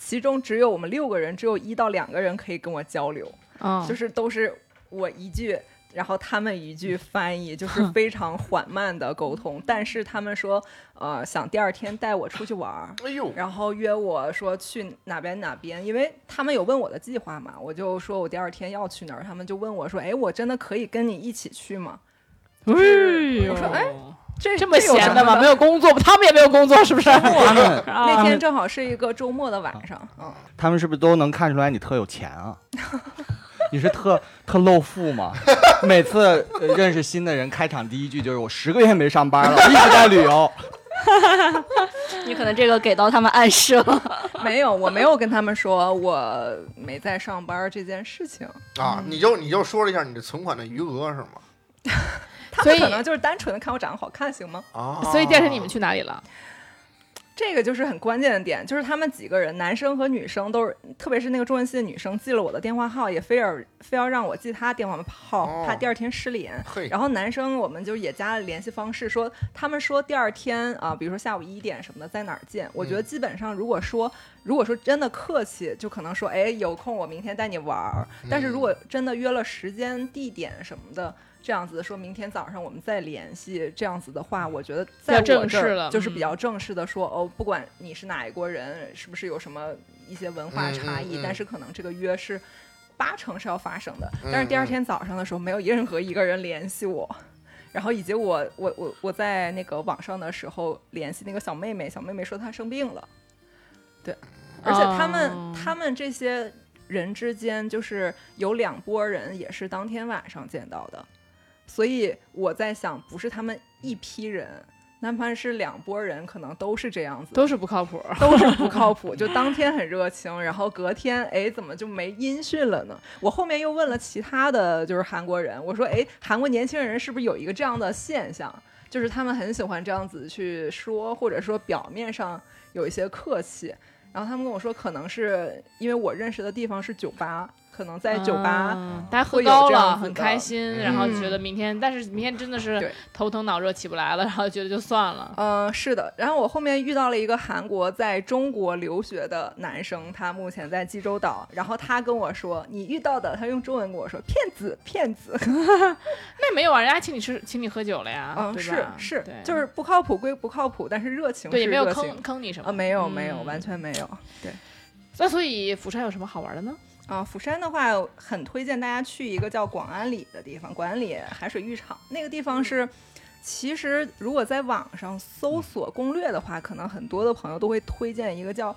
S1: 其中只有我们6个人，只有1到2个人可以跟我交流，就是都是我一句。然后他们一句翻译，就是非常缓慢的沟通。但是他们说，想第2天带我出去玩，然后约我说去哪边，因为他们有问我的计划嘛，我就说我第2天要去哪儿，他们就问我说，哎，我真的可以跟你一起去吗？我说，哎，
S2: 这么闲的吗？没有工作，他们也没有工作，是不是？
S1: 那天正好是一个周末的晚上，
S3: 他们是不是都能看出来你特有钱啊？你是特露富吗？每次认识新的人，开场第一句就是我10个月没上班了，一直在旅游。
S4: 你可能这个给到他们暗示了。
S1: 没有，我没有跟他们说我没在上班这件事情
S5: 啊。你就说了一下你的存款的余额是吗？
S1: 他们可能就是单纯的看我长得好看，行吗？
S2: 所以第2天你们去哪里了？
S1: 这个就是很关键的点，就是他们几个人，男生和女生都是，特别是那个中文系的女生记了我的电话号，也非要让我记他电话号，怕第2天失联。然后男生我们就也加了联系方式，说他们说第2天啊，比如说下午1点什么的在哪儿见。我觉得基本上如果说真的客气，就可能说哎有空我明天带你玩。但是如果真的约了时间地点什么的。这样子说明天早上我们再联系，这样子的话我觉得在我这儿就是比较正式的说，不管你是哪一国人，是不是有什么一些文化差异，但是可能这个约是80%是要发生的。但是第2天早上的时候没有任何一个人联系我，然后以及我在那个网上的时候联系那个小妹妹说她生病了，对，而且他们这些人之间就是有2拨人也是当天晚上见到的。所以我在想，不是他们一批人，哪怕是2拨人，可能都是这样子，
S2: 都是不靠谱，
S1: 就当天很热情，然后隔天，哎，怎么就没音讯了呢？我后面又问了其他的就是韩国人，我说，哎，韩国年轻人是不是有一个这样的现象，就是他们很喜欢这样子去说，或者说表面上有一些客气，然后他们跟我说，可能是因为我认识的地方是酒吧。可能在酒吧，
S2: 大家喝高了，很开心，然后觉得明天，但是明天真的是头疼脑热起不来了，然后觉得就算了。
S1: 是的。然后我后面遇到了一个韩国在中国留学的男生，他目前在济州岛，然后他跟我说，你遇到的，他用中文跟我说，骗子。
S2: 那没有啊，人家请你喝酒了呀，对吧？
S1: 是，就是不靠谱归不靠谱，但是热情是热情，
S2: 对，也没有坑你什么
S1: 没有，完全没有。对。
S2: 那所以釜山有什么好玩的呢？
S1: 釜山的话，很推荐大家去一个叫广安里的地方，广安里海水浴场。那个地方是，其实如果在网上搜索攻略的话，可能很多的朋友都会推荐一个叫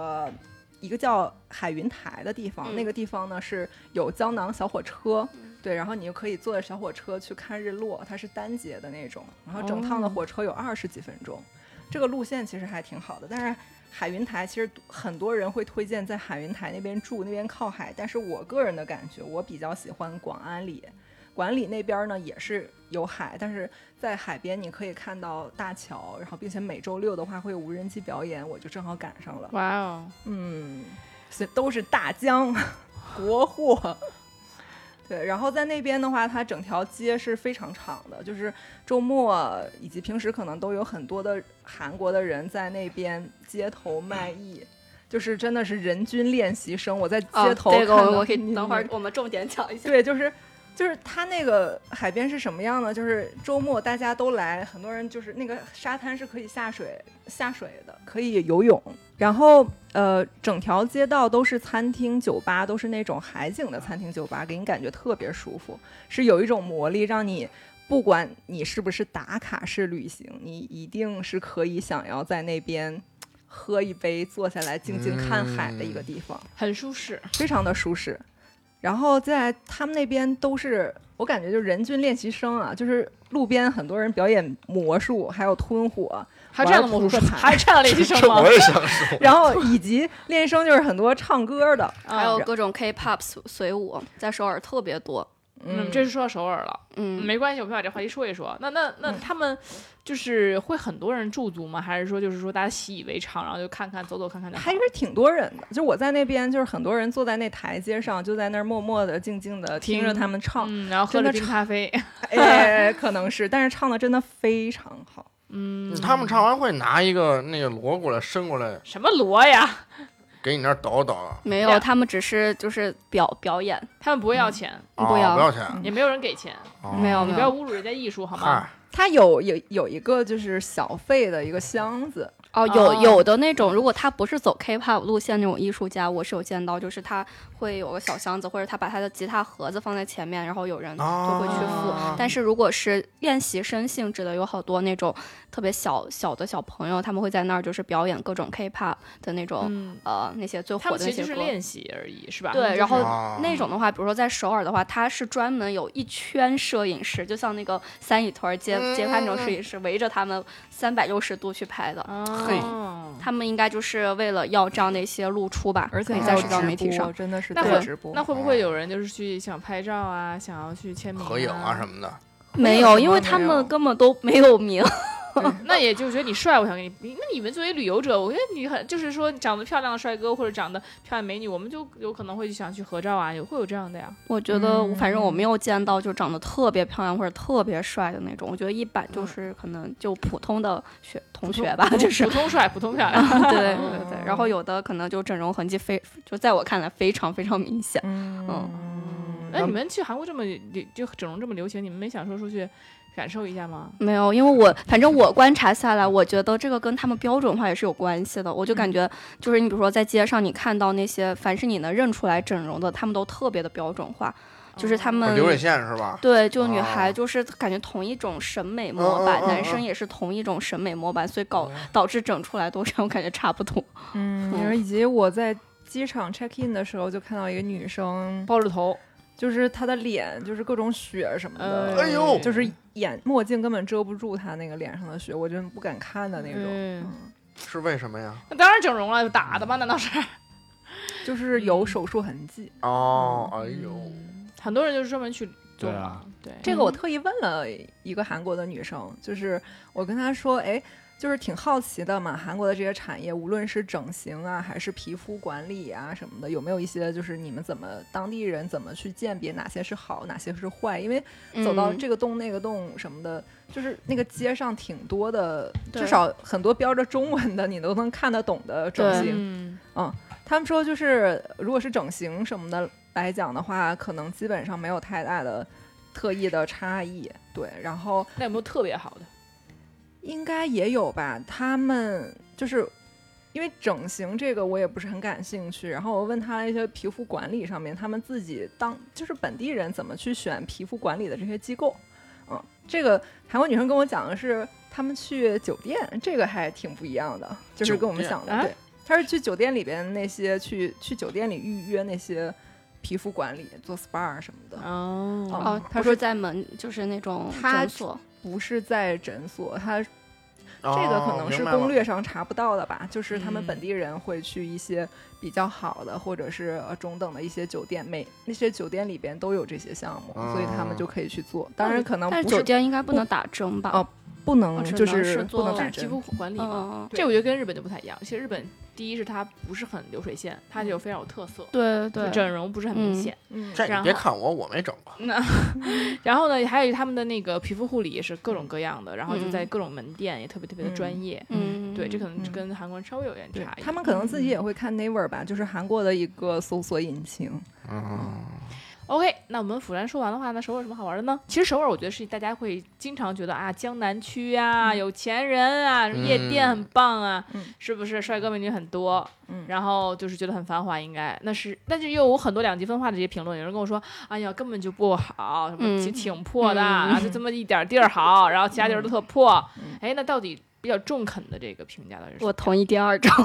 S1: 海云台的地方。那个地方呢是有胶囊小火车，对，然后你就可以坐着小火车去看日落，它是单节的那种，然后整趟的火车有20几分钟，这个路线其实还挺好的。但是海云台其实很多人会推荐在海云台那边住，那边靠海，但是我个人的感觉，我比较喜欢广安里。广安里那边呢也是有海，但是在海边你可以看到大桥，然后并且每周6的话会有无人机表演，我就正好赶上了。
S2: 哇哦，
S1: 所以都是大疆国货。对，然后在那边的话，它整条街是非常长的，就是周末以及平时可能都有很多的韩国的人在那边街头卖艺，就是真的是人均练习生。我在街头看到，
S4: 这个我可以等会儿我们重点讲一下。
S1: 对，就是它那个海边是什么样呢？就是周末大家都来，很多人就是那个沙滩是可以下水的，可以游泳。然后整条街道都是餐厅酒吧，都是那种海景的餐厅酒吧，给你感觉特别舒服，是有一种魔力，让你不管你是不是打卡式旅行，你一定是可以想要在那边喝一杯，坐下来静静看海的一个地方，
S2: 很舒适，
S1: 非常的舒适。然后在他们那边都是，我感觉就是人均练习生啊，就是路边很多人表演魔术，还有吞火，
S2: 还有这样的魔术，还有这样的练习生吗？
S5: 我也想说。
S1: 然后以及练习生就是很多唱歌的，
S4: 还有各种 K-pop 随舞，在首尔特别多。
S2: 这是说到首尔了，没关系，我们把这话题说一说。那他们就是会很多人驻足吗？还是说就是说大家习以为常，然后就走走看看就好？
S1: 还是挺多人的。就我在那边，就是很多人坐在那台阶上，就在那儿默默的、静静的听着他们唱，
S2: 然后喝着冰咖啡。
S1: 可能是，但是唱的真的非常好。
S5: 他们唱完会拿一个那个锣过来伸过来。
S2: 什么锣呀？
S5: 给你那儿抖抖。
S4: 没有，他们只是就是表演，
S2: 他们不会要钱，
S4: 不要
S5: 钱，
S2: 也没有人给钱，
S4: 没有，
S2: 你不要侮辱人家艺术好吗？
S1: 他有一个就是小费的一个箱子。
S4: 有的那种，如果他不是走 K-pop 路线那种艺术家，我是有见到，就是他会有个小箱子，或者他把他的吉他盒子放在前面，然后有人就会去付。但是如果是练习生性质的，有好多那种特别小的小朋友，他们会在那儿就是表演各种 K-pop 的那种、那些最火的那些歌。
S2: 他们其实就是练习而已，是吧？
S4: 对，然后那种的话，比如说在首尔的话，他是专门有一圈摄影师，就像那个三里屯街拍那种摄影师，围着他们360度去拍的。他们应该就是为了要这样的一些露出吧，
S1: 而且
S4: 在社交媒体上
S1: 真的是直播。
S2: 那会不会有人就是去想拍照啊，想要去签名、
S5: 合影啊什么的？
S4: 没有，因为他们根本都没有名。
S2: 那也就是觉得你帅，我想给你。那你们作为旅游者，我觉得你就是说长得漂亮的帅哥或者长得漂亮美女，我们就有可能会想去合照啊，会有这样的呀。
S4: 我觉得反正我没有见到就长得特别漂亮或者特别帅的那种，我觉得一般就是可能就普通的同学吧，就是
S2: 普通帅普通漂亮。
S4: 对。然后有的可能就整容痕迹就在我看来非常非常明显。
S2: 那你们去韩国就整容这么流行，你们没想说出去感受一下吗？
S4: 没有，因为反正我观察下来，我觉得这个跟他们标准化也是有关系的。我就感觉就是你比如说在街上你看到那些凡是你能认出来整容的，他们都特别的标准化，就是他们
S5: 流水线是吧？
S4: 对，就女孩就是感觉同一种审美模板，男生也是同一种审美模板，所以导致整出来都是我感觉差不多。
S1: 以及我在机场 check in 的时候就看到一个女生
S2: 包着头。
S1: 就是她的脸，就是各种血什么的，
S5: 哎呦，
S1: 就是墨镜根本遮不住她那个脸上的血，我真不敢看的那种。
S5: 是为什么呀？
S2: 那当然整容了，打的吗？难道是？
S1: 就是有手术痕迹。
S5: 哎呦，
S2: 很多人就是专门去做。
S3: 对，
S1: 这个我特意问了一个韩国的女生，就是我跟她说，就是挺好奇的嘛，韩国的这些产业，无论是整形啊，还是皮肤管理啊什么的，有没有一些就是你们当地人怎么去鉴别哪些是好，哪些是坏？因为走到这个洞那个洞什么的，就是那个街上挺多的，至少很多标着中文的你都能看得懂的整形。他们说就是如果是整形什么的来讲的话，可能基本上没有太大的特异的差异。对，然后
S2: 那有没有特别好的？
S1: 应该也有吧，他们就是因为整形这个我也不是很感兴趣，然后我问他了一些皮肤管理上面，他们自己就是本地人怎么去选皮肤管理的这些机构。这个韩国女生跟我讲的是他们去酒店，这个还挺不一样的，就是跟我们想的。对，他是去酒店里边那些去酒店里预约那些皮肤管理，做 SPA 什么的。
S4: 他说在就是那种诊所。
S1: 不是在诊所，这个可能是攻略上查不到的吧，就是他们本地人会去一些比较好的或者是中等的一些酒店，那些酒店里边都有这些项目，所以他们就可以去做。当然可能
S4: 但是酒店应该不能打针吧？
S1: 不能，就是不能打
S2: 皮肤管理嘛。这我觉得跟日本就不太一样。其实日本第一是它不是很流水线，它就非常有特色。
S4: 对，
S2: 整容不是很明显。
S5: 这你别看我没整过。
S2: 然后呢，还有他们的那个皮肤护理也是各种各样的，然后就在各种门店也特别特别的专业。对，这可能跟韩国人稍微有点差异。
S1: 他们可能自己也会看 Naver 吧，就是韩国的一个搜索引擎。
S2: OK， 那我们釜山说完的话，那首尔有什么好玩的呢？其实首尔我觉得是大家会经常觉得啊，江南区啊，有钱人啊，夜店很棒啊，是不是？帅哥美女很多，然后就是觉得很繁华，应该但是又有很多两极分化的这些评论，有人跟我说，哎呀，根本就不好，什么挺破的，然后就这么一点地儿好，然后其他地儿都特破。那到底比较中肯的这个评价的人，
S4: 我同意第二种。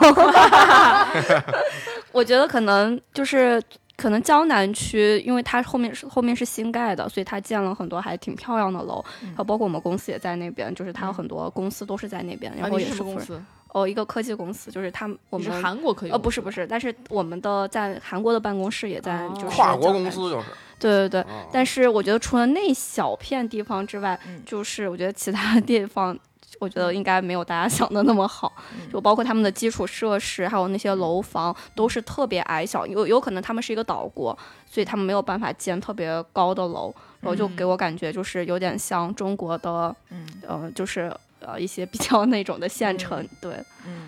S4: 我觉得可能江南区，因为它后面是新盖的，所以它建了很多还挺漂亮的楼，包括我们公司也在那边，就是它有很多公司都是在那边，然后也是
S2: 公司
S4: 一个科技公司，就是我们
S2: 是韩国科技公司，
S4: 不是，但是我们的在韩国的办公室也在，就是
S5: 跨国公司就是。
S4: 对，但是我觉得除了那小片地方之外，就是我觉得其他地方。我觉得应该没有大家想的那么好，就包括他们的基础设施，还有那些楼房都是特别矮小，有可能他们是一个岛国，所以他们没有办法建特别高的楼，然后就给我感觉就是有点像中国的，就是一些比较那种的县城，对，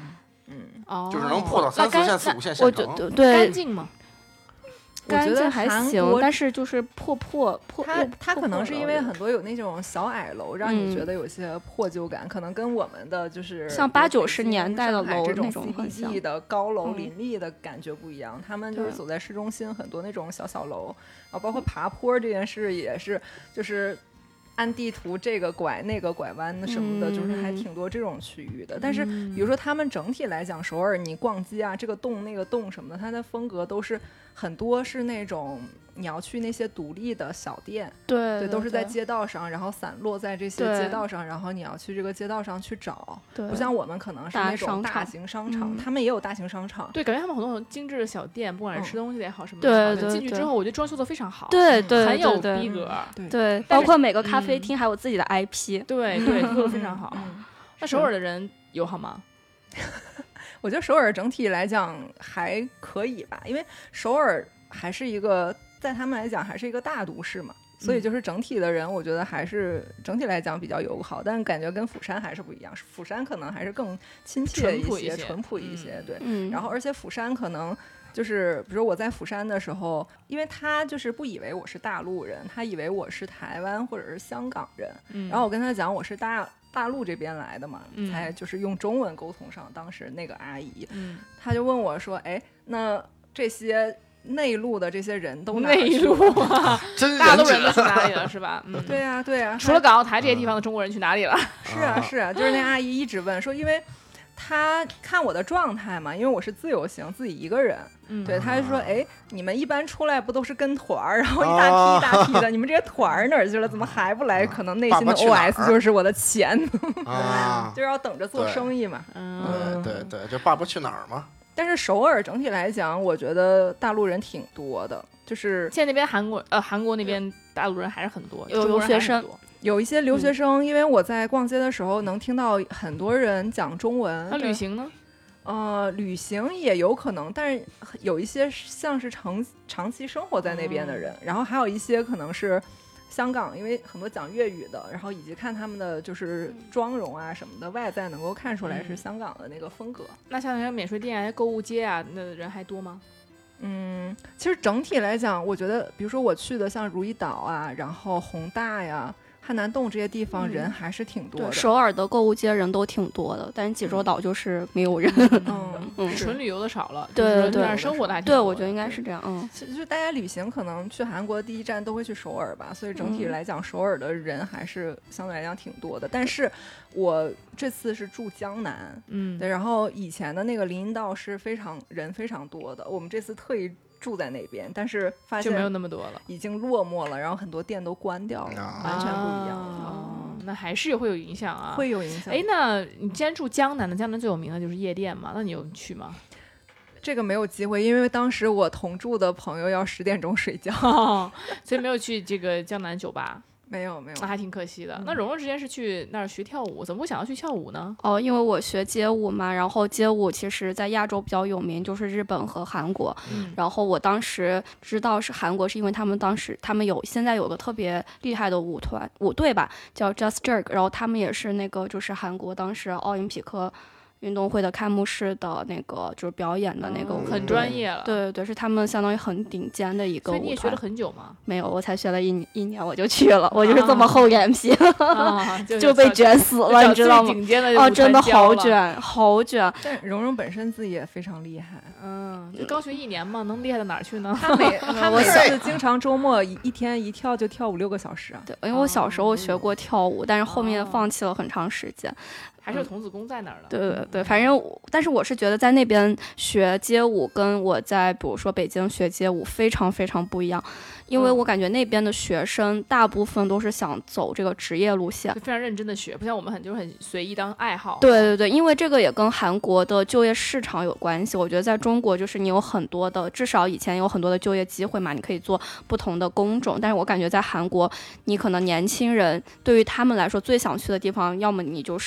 S2: 哦，
S5: 就是能破到3、4线、4、5线
S4: 我
S5: 县城。
S4: 对
S2: 干净吗？
S4: 干净还行，但是就是破。
S1: 它可能是因为很多有那种小矮楼，让你觉得有些破旧感，可能跟我们的就是
S4: 像80、90年代的楼
S1: 这种
S4: 那种
S1: CBD 的高楼林立的感觉不一样。他们就是走在市中心，很多那种小楼，然后包括爬坡这件事也是，就是按地图这个拐那个拐弯什么的，就是还挺多这种区域的。但是比如说他们整体来讲，首尔你逛街啊，这个洞那个洞什么的，它的风格都是很多是那种你要去那些独立的小店，
S4: 对，
S1: 都是在街道上，然后散落在这些街道上，然后你要去这个街道上去找。不像我们可能是那种大型商场，他们也有大型商场。
S2: 对，感觉他们很多精致的小店，不管是吃东西也好什么的，进去之后我觉得装修的非常好，
S4: 对，
S2: 很有逼格。
S4: 对，包括每个咖啡厅还有自己的 IP。
S2: 对，做的非常好。那首尔的人友好吗？
S1: 我觉得首尔整体来讲还可以吧，因为首尔还是一个在他们来讲还是一个大都市嘛，所以就是整体的人我觉得还是整体来讲比较友好，但感觉跟釜山还是不一样，釜山可能还是更亲切一些，淳朴一些。对，然后而且釜山可能就是比如我在釜山的时候，因为他就是不以为我是大陆人，他以为我是台湾或者是香港人，然后我跟他讲我是大陆这边来的嘛，才就是用中文沟通上。当时那个阿姨，她就问我说：“哎，那这些内陆的这些人都哪
S2: 内陆啊？大陆人都去哪里了是吧？”
S1: 对啊，对啊。
S2: 除了港澳台这些地方的中国人去哪里了？
S1: 是啊，是啊，就是那阿姨一直问说，因为他看我的状态嘛，因为我是自由行，自己一个人。对，他就说：“哎，你们一般出来不都是跟团儿，然后一大批一大批的，你们这些团儿哪儿去了？怎么还不来？”可能内心的 OS 就是我的钱，就是要等着做生意嘛。
S5: 对，就爸爸去哪儿嘛。
S1: 但是首尔整体来讲，我觉得大陆人挺多的，就是
S2: 现在那边韩国那边大陆人还是很多，
S4: 有留学生。
S1: 有一些留学生，因为我在逛街的时候能听到很多人讲中文。
S2: 那旅行呢？
S1: 旅行也有可能，但是有一些像是长期生活在那边的人，然后还有一些可能是香港，因为很多讲粤语的，然后以及看他们的就是妆容啊什么的，外在能够看出来是香港的那个风格。
S2: 那像那些免税店啊、购物街啊，那人还多吗？
S1: 其实整体来讲，我觉得，比如说我去的像如意岛啊，然后弘大呀、汉南洞这些地方人还是挺多的。
S4: 首尔的购物街人都挺多的，但是济州岛就是没有人。
S2: 纯旅游的少了，
S4: 对，
S2: 生活的还挺多。
S4: 对，我觉得应该是这样。
S1: 就是大家旅行可能去韩国第一站都会去首尔吧，所以整体来讲，首尔的人还是相对来讲挺多的。但是我这次是住江南，对，然后以前的那个林荫道是人非常多的，我们这次特意住在那边，但是发现
S2: 就没有那么多了，
S1: 已经落寞了，然后很多店都关掉了，完全不一样。
S2: 那还是会有影响啊，
S1: 会有影响。
S2: 哎，那你既然住江南的，江南最有名的就是夜店嘛，那你有去吗？
S1: 这个没有机会，因为当时我同住的朋友要10点钟睡觉，
S2: 所以没有去这个江南酒吧。
S1: 没有，
S2: 那还挺可惜的。那蓉蓉之前是去那儿学跳舞，怎么会想要去跳舞呢？
S4: 因为我学街舞嘛，然后街舞其实在亚洲比较有名，就是日本和韩国。然后我当时知道是韩国，是因为他们现在有个特别厉害的舞队吧，叫 Just Jerk， 然后他们也是那个就是韩国当时奥林匹克运动会的开幕式的那个就是表演的那个舞队，
S2: 很专业了。
S4: 对，是他们相当于很顶尖的一个舞团。
S2: 所以你也学了很久吗？
S4: 没有，我才学了一年我就去了，我就是这么厚脸皮，就被卷死了，你知道吗？真的好卷。
S1: 但蓉蓉本身自己也非常厉害，
S2: 就刚学1年嘛，能厉害到哪儿去呢？
S1: 他每次经常周末一天一跳就跳5-6个小时啊。
S4: 对，因为我小时候学过跳舞，但是后面放弃了很长时间。
S2: 还是有童子功在那儿的。
S4: 对，反正但是我是觉得在那边学街舞跟我在比如说北京学街舞非常非常不一样，因为我感觉那边的学生大部分都是想走这个职业路线，
S2: 就非常认真的学，不像我们很随意当爱好。
S4: 对，因为这个也跟韩国的就业市场有关系。我觉得在中国就是你有很多的，至少以前有很多的就业机会嘛，你可以做不同的工种，但是我感觉在韩国，你可能年轻人对于他们来说最想去的地方，要么你就是比如说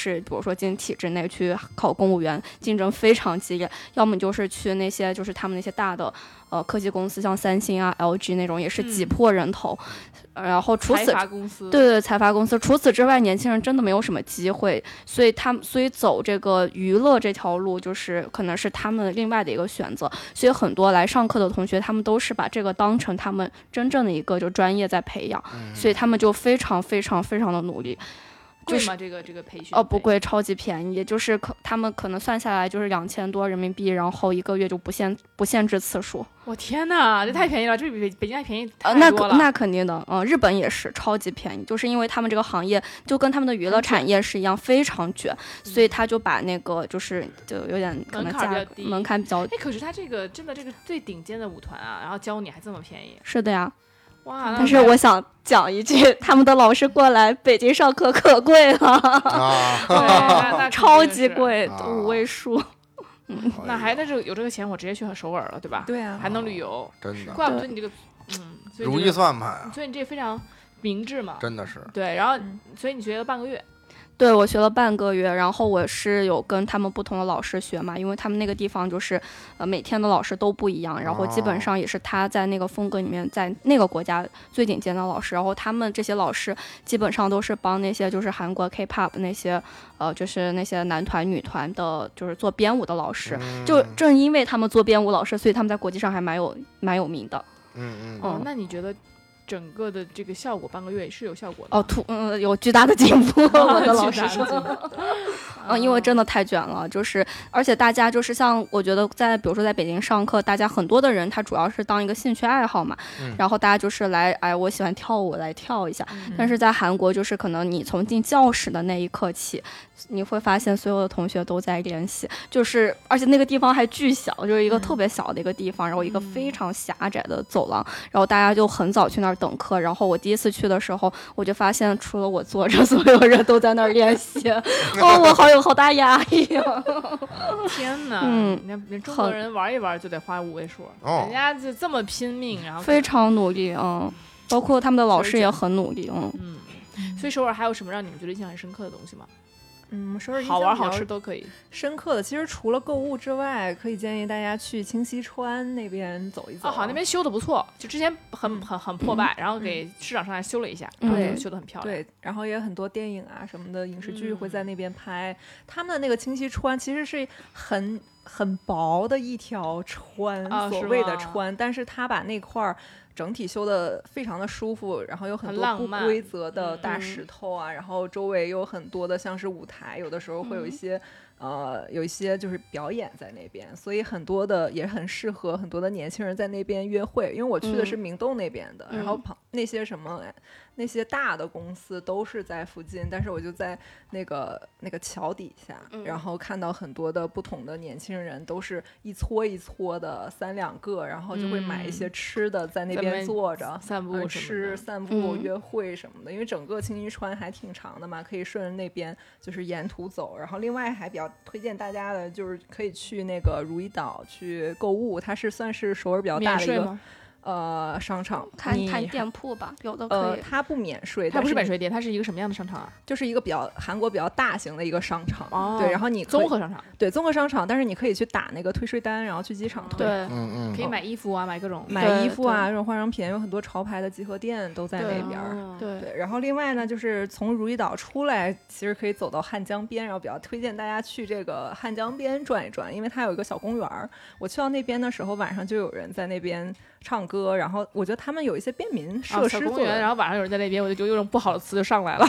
S4: 说进体制内去考公务员，竞争非常激烈，要么就是去那些就是他们那些大的科技公司，像三星啊、LG 那种，也是挤破人头。然后除此
S2: 财阀公司，
S4: 对财阀公司，除此之外，年轻人真的没有什么机会，所以走这个娱乐这条路，就是可能是他们另外的一个选择。所以很多来上课的同学，他们都是把这个当成他们真正的一个就专业在培养，所以他们就非常非常非常的努力。
S2: 贵吗？这个培训？
S4: 不贵，超级便宜，就是他们可能算下来就是2000多人民币，然后1个月就不限制次数。
S2: 我天哪，这太便宜了，这比北京还便宜太多了。
S4: 那肯定的，日本也是超级便宜，就是因为他们这个行业就跟他们的娱乐产业是一样，非常卷，所以他就把那个就有点可能门槛比较低。
S2: 可是他这个真的这个最顶尖的舞团啊，然后教你还这么便宜。
S4: 是的呀。
S2: 哇！
S4: 但是我想讲一句，他们的老师过来北京上课可贵了，
S2: 那
S4: 超级贵，5位数。
S2: 但是有这个钱，我直接去首尔了，对吧？
S1: 对啊，
S2: 还能旅游，
S5: 真的。
S2: 怪不得你这个，所以
S5: 如意算盘啊。
S2: 所以你这非常明智嘛。
S5: 真的是。
S2: 对，然后所以你学了半个月。
S4: 对，我学了半个月，然后我是有跟他们不同的老师学嘛，因为他们那个地方就是每天的老师都不一样，然后基本上也是他在那个风格里面在那个国家最顶尖的老师，然后他们这些老师基本上都是帮那些就是韩国 K-pop 那些就是那些男团女团的就是做编舞的老师，就正因为他们做编舞老师，所以他们在国际上还蛮有名的。
S2: 那你觉得整个的这个效果半个月是有效果的
S4: 有巨大的进步，我的老师说因为真的太卷了，就是而且大家就是像我觉得比如说在北京上课，大家很多的人他主要是当一个兴趣爱好嘛，然后大家就是来我喜欢跳舞来跳一下，但是在韩国就是可能你从进教室的那一刻起，你会发现所有的同学都在练习，就是而且那个地方还巨小，就是一个特别小的一个地方，然后一个非常狭窄的走廊，然后大家就很早去那儿等课，然后我第一次去的时候，我就发现除了我坐着，所有人都在那儿练习，我好大压力啊！
S2: 天哪，人中国人玩一玩就得花5位数，人家就这么拼命，然后
S4: 非常努力，包括他们的老师也很努力，
S2: 所以首尔还有什么让你们觉得印象很深刻的东西吗？
S1: 首尔
S2: 好玩好吃都可以。
S1: 深刻的，其实除了购物之外，可以建议大家去清溪川那边走一走。
S2: 好，那边修的不错，就之前很破败，然后给市场上来修了一下，然后修的很漂亮。
S1: 对，然后也很多电影啊什么的影视剧会在那边拍。他们的那个清溪川其实是很薄的一条川，所谓的川，但是他把那块儿整体修的非常的舒服，然后有很多不规则的大石头啊，然后周围有很多的像是舞台，有的时候会有一些就是表演在那边，所以很多的也很适合很多的年轻人在那边约会。因为我去的是明洞那边的，然后那些大的公司都是在附近，但是我就在那个桥底下，然后看到很多的不同的年轻人都是一撮一撮的3、2个，然后就会买一些吃的在那边坐着
S2: 散步
S1: 散步约会什么的。因为整个清溪川还挺长的嘛，可以顺着那边就是沿途走。然后另外还比较推荐大家的就是可以去那个如意岛去购物，它是算是首尔比较大的一个商场，
S4: 看店铺吧，有的可以。
S1: 它不免税，
S2: 它不是免税店，它是一个什么样的商场啊？
S1: 就是一个韩国比较大型的一个商场，对，然后你
S2: 综合商场，
S1: 对，综合商场，但是你可以去打那个退税单，然后去机场退，
S4: 对，
S2: 可以买衣服啊，买各种
S1: 买衣服啊，这种化妆品，有很多潮牌的集合店都在那边，
S4: 对。
S1: 然后另外呢，就是从如意岛出来，其实可以走到汉江边，然后比较推荐大家去这个汉江边转一转，因为它有一个小公园。我去到那边的时候，晚上就有人在那边唱歌，然后我觉得他们有一些便民设施
S2: 公园，然后晚上有人在那边，我就有种不好的词就上来了。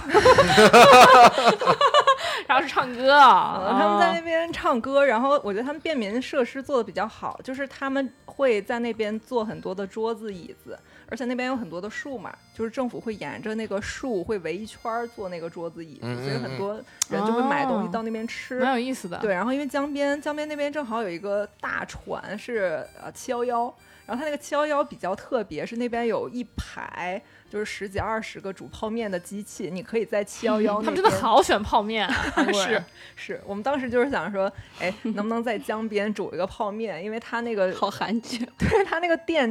S2: 然后是唱歌
S1: 他们在那边唱歌，然后我觉得他们便民设施做的比较好，就是他们会在那边做很多的桌子椅子，而且那边有很多的树嘛，就是政府会沿着那个树会围一圈做那个桌子椅子，所以很多人就会买东西到那边吃，
S2: 蛮有意思的。
S1: 对，然后因为江边那边正好有一个大船是711，然后它那个711比较特别，是那边有一排就是10几20个煮泡面的机器，你可以在711那边。
S2: 他们真的好选泡面啊！
S1: 是，我们当时就是想说，能不能在江边煮一个泡面？因为它那个
S4: 好韩剧，
S1: 对，它那个店就是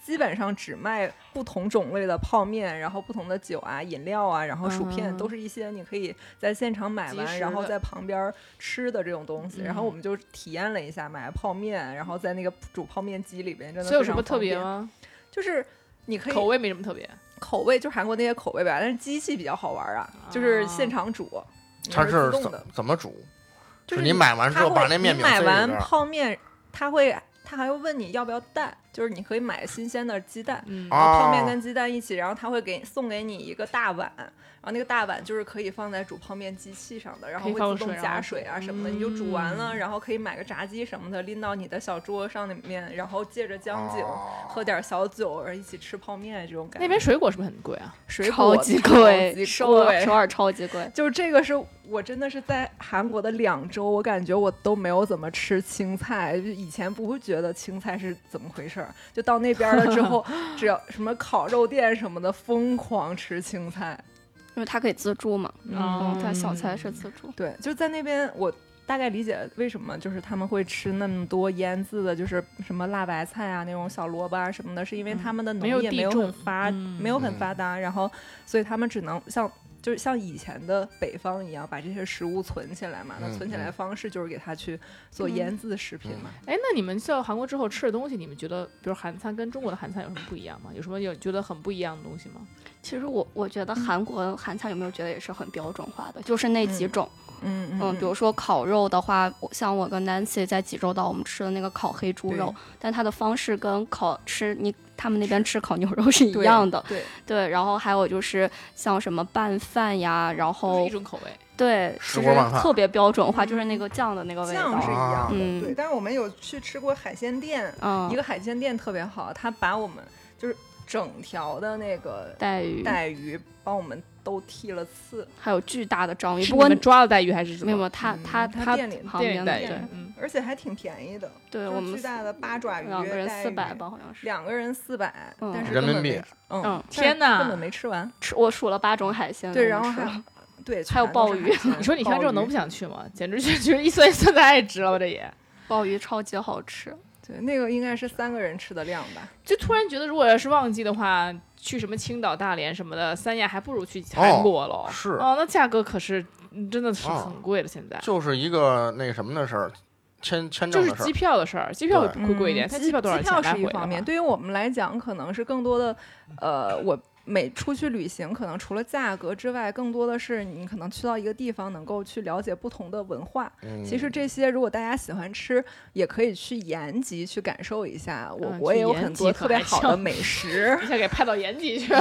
S1: 基本上只卖不同种类的泡面，然后不同的酒啊、饮料啊，然后薯片，都是一些你可以在现场买完，然后在旁边吃的这种东西。然后我们就体验了一下，买泡面，然后在那个煮泡面机里边，真的非常方便。
S2: 有什么特别吗？
S1: 就是你可以
S2: 口味没什么特别，
S1: 口味就韩国那些口味吧，但是机器比较好玩啊，就是现场煮。
S5: 它是怎么煮？就是你买完之后把那面饼塞里边。
S1: 你买完泡面，他还会问你要不要蛋，就是你可以买新鲜的鸡蛋，然后泡面跟鸡蛋一起，然后他会送给你一个大碗，然后那个大碗就是可以放在煮泡面机器上的，然后会自动加水啊什么的，你就煮完了，然后可以买个炸鸡什么的拎到你的小桌上里面，然后借着江景喝点小酒，然后一起吃泡面这种感觉。
S2: 那边水果是不是很贵啊？
S1: 水果
S4: 超级贵，首尔超级贵。
S1: 就是这个是我真的是在韩国的2周，我感觉我都没有怎么吃青菜，就以前不会觉得青菜是怎么回事儿，就到那边了之后，只要什么烤肉店什么的，疯狂吃青菜，
S4: 因为它可以自助嘛，它小菜是自助。
S1: 对，就在那边我大概理解为什么就是他们会吃那么多腌制的，就是什么辣白菜啊那种小萝卜啊什么的，是因为他们的农业没有很发达，然后所以他们只能就是像以前的北方一样，把这些食物存起来嘛。那存起来的方式就是给它去做腌制食品嘛。
S2: 哎，那你们到韩国之后吃的东西，你们觉得，比如韩餐跟中国的韩餐有什么不一样吗？有什么觉得很不一样的东西吗？
S4: 其实我觉得韩国韩餐有没有觉得也是很标准化的，就是那几种。比如说烤肉的话，像我跟 Nancy 在济州岛我们吃的那个烤黑猪肉，但它的方式跟他们那边吃烤牛肉是一样的。对，然后还有就是像什么拌饭呀，然后
S2: 一种口味。
S4: 对，其实特别标准化，就是那个酱的那个味道。
S1: 酱是一样的，对。但是我们有去吃过海鲜店，一个海鲜店特别好，他把我们就是整条的那个带鱼帮我们都剔了刺，
S4: 还有巨大的章鱼。
S2: 不过你们抓的带鱼还是什么？
S4: 没有，他
S1: 店里
S4: 旁边的，
S1: 对，而且还挺便宜的。
S4: 对，我们
S1: 巨大的8爪鱼
S4: ，2个人400吧，好像是。
S1: 2个人400，但是
S5: 人民币。
S2: 天哪，
S1: 根本没吃完。
S4: 我数了8种海鲜。
S1: 对，然后还
S4: 有鲍鱼。
S2: 你说你看这种能不想去吗？简直就是一算一算太值了吧，这也。
S4: 鲍鱼超级好吃。
S1: 对，那个应该是3个人吃的量吧。
S2: 就突然觉得，如果要是旺季的话，去什么青岛、大连什么的，三亚还不如去韩国了。
S5: 是
S2: 那价格可是真的是很贵了。现在
S5: 就是一个那什么的事儿，签证的事儿，
S2: 就是机票的事儿，机票会贵一点。它机票多少钱？
S1: 机票是一方面，对于我们来讲，可能是更多的，我。每出去旅行，可能除了价格之外，更多的是你可能去到一个地方，能够去了解不同的文化。其实这些，如果大家喜欢吃，也可以去延吉去感受一下。我也有很多特别好的美食，
S2: 一下给派到延吉去了。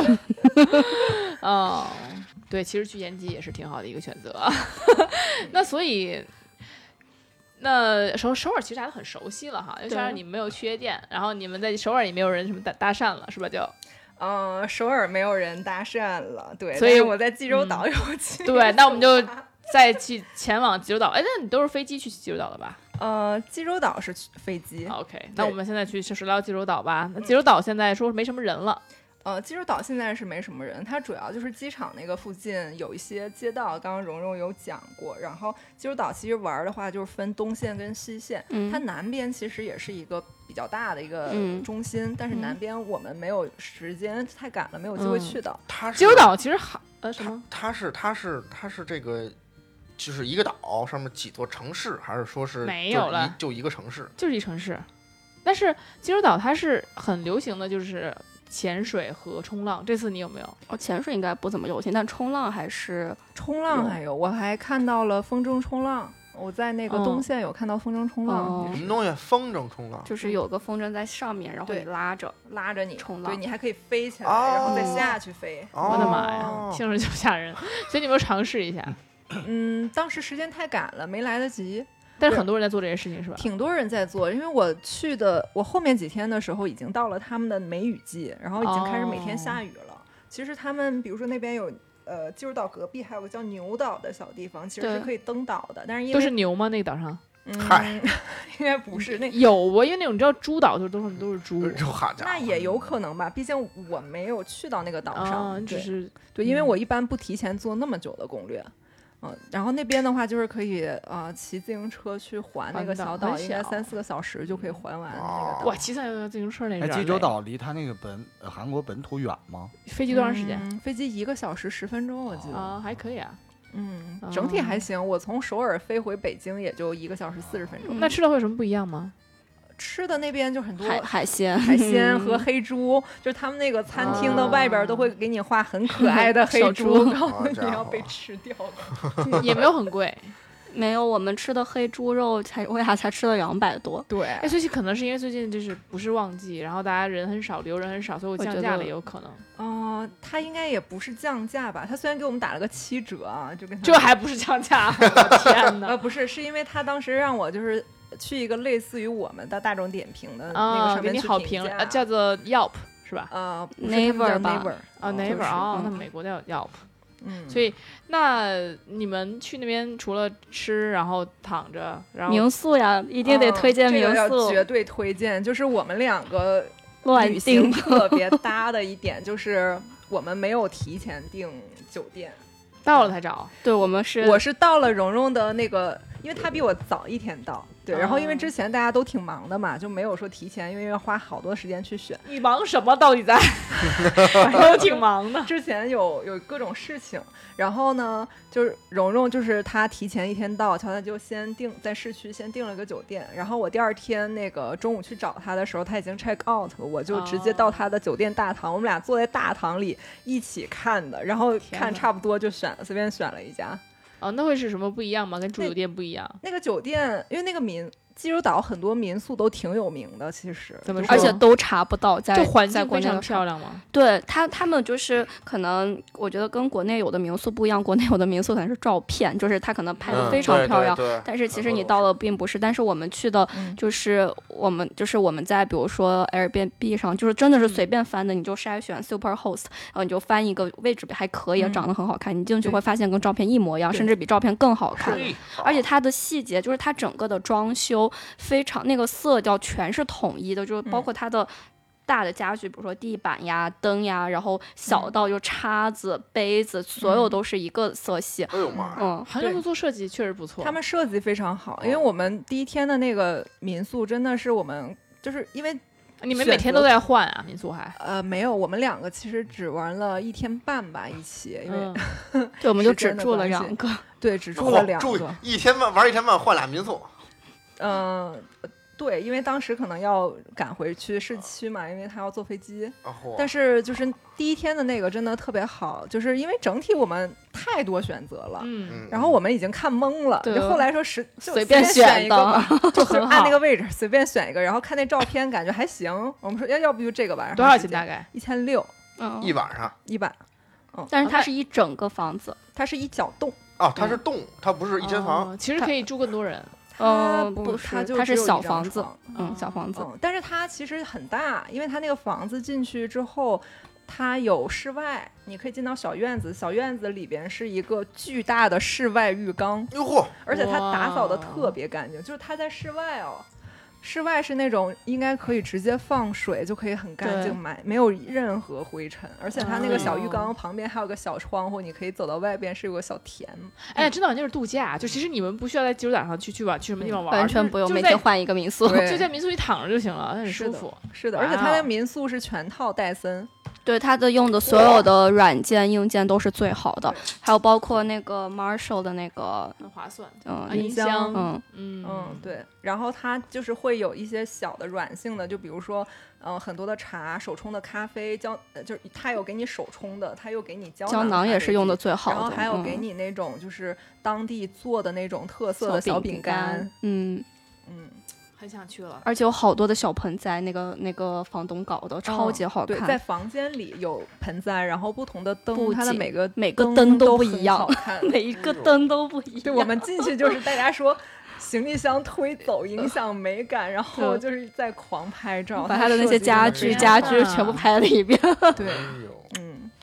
S2: 对，其实去延吉也是挺好的一个选择。那所以。那首尔其实还很熟悉了哈，就像你们没有去夜店，然后你们在首尔也没有人什么搭讪了，是吧？
S1: 首尔没有人搭讪了，对，
S2: 所以
S1: 我在济州岛有去。
S2: 对，那我们就再去前往济州岛。哎，那你都是飞机去济州岛的吧？
S1: 济州岛是飞机。
S2: OK， 那我们现在去聊济州岛吧。那济州岛现在说没什么人了。
S1: 济州岛现在是没什么人，它主要就是机场那个附近有一些街道，刚刚蓉蓉有讲过。然后济州岛其实玩的话就是分东线跟西线，它南边其实也是一个比较大的一个中心，但是南边我们没有时间，太赶了，没有机会去到。
S2: 济州岛其实什么？
S5: 它是这个。就是一个岛上面几座城市，还是说是
S2: 没有了
S5: 就一个城市？
S2: 就是一城市。但是济州岛它是很流行的，就是潜水和冲浪。这次你有没有？
S4: 潜水应该不怎么流行，但冲浪还有，
S1: 我还看到了风筝冲浪。我在那个东线有看到风筝冲浪。
S5: 什么东西？风筝冲浪？
S4: 就是有个风筝在上面，然后你拉着
S1: 你
S4: 冲浪，
S1: 对，你还可以飞起来，然后再下去飞。
S2: 我的妈呀，听着就吓人。所以你有没有尝试一下？
S1: 当时时间太赶了，没来得及。
S2: 但是很多人在做这件事情是吧？
S1: 挺多人在做，因为我后面几天的时候已经到了他们的梅雨季，然后已经开始每天下雨了。其实他们比如说那边有济州岛隔壁还有个叫牛岛的小地方，其实是可以登岛的，但是因为
S2: 都是牛吗？那个岛上？
S1: 应该不是那
S2: 有啊，因为那种你知道猪岛就都是猪，
S1: 那也有可能吧，毕竟我没有去到那个岛上，
S2: 只是
S1: 对，因为我一般不提前做那么久的攻略。 然后那边的话就是可以骑自行车去环那个小岛，应该
S2: 很小
S1: 3-4个小时就可以环完那个岛。
S2: 哇，骑自行车那
S3: 济州岛离它那个韩国本土远吗？
S2: 飞机多长时间？
S1: 飞机1个小时10分钟，我记得。
S2: 啊，还可以啊。
S1: 整体还行。我从首尔飞回北京也就1个小时40分钟。
S2: 那吃的会有什么不一样吗？
S1: 吃的那边就很多
S4: 海鲜
S1: 和黑猪，就是他们那个餐厅的外边都会给你画很可爱的黑猪，告诉你要被吃掉的。
S2: 也没有很贵。
S4: 没有，我们吃的黑猪肉为啥才吃了200多？
S1: 对，
S2: 最近可能是因为最近就是不是旺季，然后大家人很少，留人很少，所以我降价了也有可能。
S1: 它应该也不是降价吧？它虽然给我们打了个7折啊，
S2: 这还不是降价？天哪！
S1: 不是，是因为他当时让我就是去一个类似于我们的大众点评的那个上面
S2: 给你好评，叫做 Yelp 是吧
S4: ？Naver 吧
S2: ？Naver 那美国叫 Yelp。所以那你们去那边除了吃，然后躺着，然后
S4: 民宿呀，一定得推荐民宿，
S1: 这个绝对推荐。就是我们2个
S4: 旅
S1: 行特别搭的一点，就是我们没有提前订酒店，
S2: 到了才找。
S4: 对，我
S1: 是到了蓉蓉的那个，因为他比我早1天到。对，然后因为之前大家都挺忙的嘛，就没有说提前，因为要花好多时间去选。
S2: 你忙什么？到底在？都挺忙的。
S1: 之前有各种事情，然后呢，就是蓉蓉就是她提前1天到，她就先在市区先订了个酒店，然后我第2天那个中午去找她的时候，她已经 check out 了，我就直接到她的酒店大堂，我们俩坐在大堂里一起看的，然后看差不多就随便选了一家。
S2: 那会是什么不一样吗？跟住酒店不一样？
S1: 那个酒店，因为那个济州岛很多民宿都挺有名的，其实
S2: 怎么说？
S4: 而且都查不到，
S2: 就环境非常漂亮吗？
S4: 对，他们就是可能，我觉得跟国内有的民宿不一样，国内有的民宿可能是照片，就是他可能拍的非常漂亮，但是其实你到了并不是。但是我们去的就是我们在比如说 Airbnb 上，就是真的是随便翻的，你就筛选 Super Host， 然后你就翻一个位置还可以，长得很好看，你进去会发现跟照片一模一样，甚至比照片更好看。而且它的细节，就是它整个的装修非常那个色调全是统一的，就是包括它的大的家具，比如说地板呀、灯呀，然后小到就叉子、杯子，所有都是一个色系。
S5: 哎呦妈！
S2: 韩国做设计确实不错，
S1: 他们设计非常好。因为我们第1天的那个民宿真的是我们就是因为
S2: 你们每天都在换啊，民宿还
S1: 没有，我们2个其实只玩了1天半吧一起，因为
S4: 对，我们就只住了2个，
S1: 对，只住了2个，
S5: 住1天半玩1天半换2民宿。
S1: 对，因为当时可能要赶回去市区嘛，因为他要坐飞机。但
S5: 是
S1: 就是第1天的那个真的特别好，就是因为整体我们太多选择了，然后我们已经看懵了，就后来说
S4: 随便选
S1: 一个吧，就按那个位置随便选一个，然后看那照片感觉还行，我们说要不就这个吧。
S2: 多少钱大概
S1: ？1600，
S5: 一晚上
S1: 1晚。
S4: 但是它是一整个房子，
S1: 它是一角洞。
S5: 它是洞，它不是一间房。
S2: 其实可以住更多人。
S4: 不是，
S1: 它
S4: 是小房子，小房子。
S1: 但是它其实很大，因为它那个房子进去之后，它有室外，你可以进到小院子，小院子里边是一个巨大的室外浴缸，而且它打扫的特别干净，就是它在室外室外是那种应该可以直接放水就可以很干净，没有任何灰尘，而且它那个小浴缸旁边还有个小窗户，你可以走到外边是有个小田。
S2: 哎，真的就是度假，就其实你们不需要在济州岛上去什么地方玩，
S4: 完全不用，每天换一个民宿，
S2: 就在民宿里躺着就行了，很舒服。
S1: 是的，而且它的民宿是全套戴森。
S4: 对，它的用的所有的软件硬件都是最好的，还有包括那个 Marshall 的那个
S2: 很划算，
S1: 音箱，
S2: 对。
S1: 然后它就是会有一些小的软性的，就比如说很多的茶、手冲的咖啡、就是它有给你手冲的，它又给你胶
S4: 囊也是用的最好的，
S1: 然后还有给你那种就是当地做的那种特色的小饼干，
S2: 很想去了，
S4: 而且有好多的小盆栽，那个房东搞的超级好看。
S1: 对，在房间里有盆栽，然后不同的灯，它的每个
S4: 灯都不一
S1: 样，
S4: 每一个灯都不一样。
S1: 对，我们进去就是大家说行李箱推走影响美感，然后就是在狂拍照，
S4: 把他的那些家具全部拍了一遍。
S1: 对，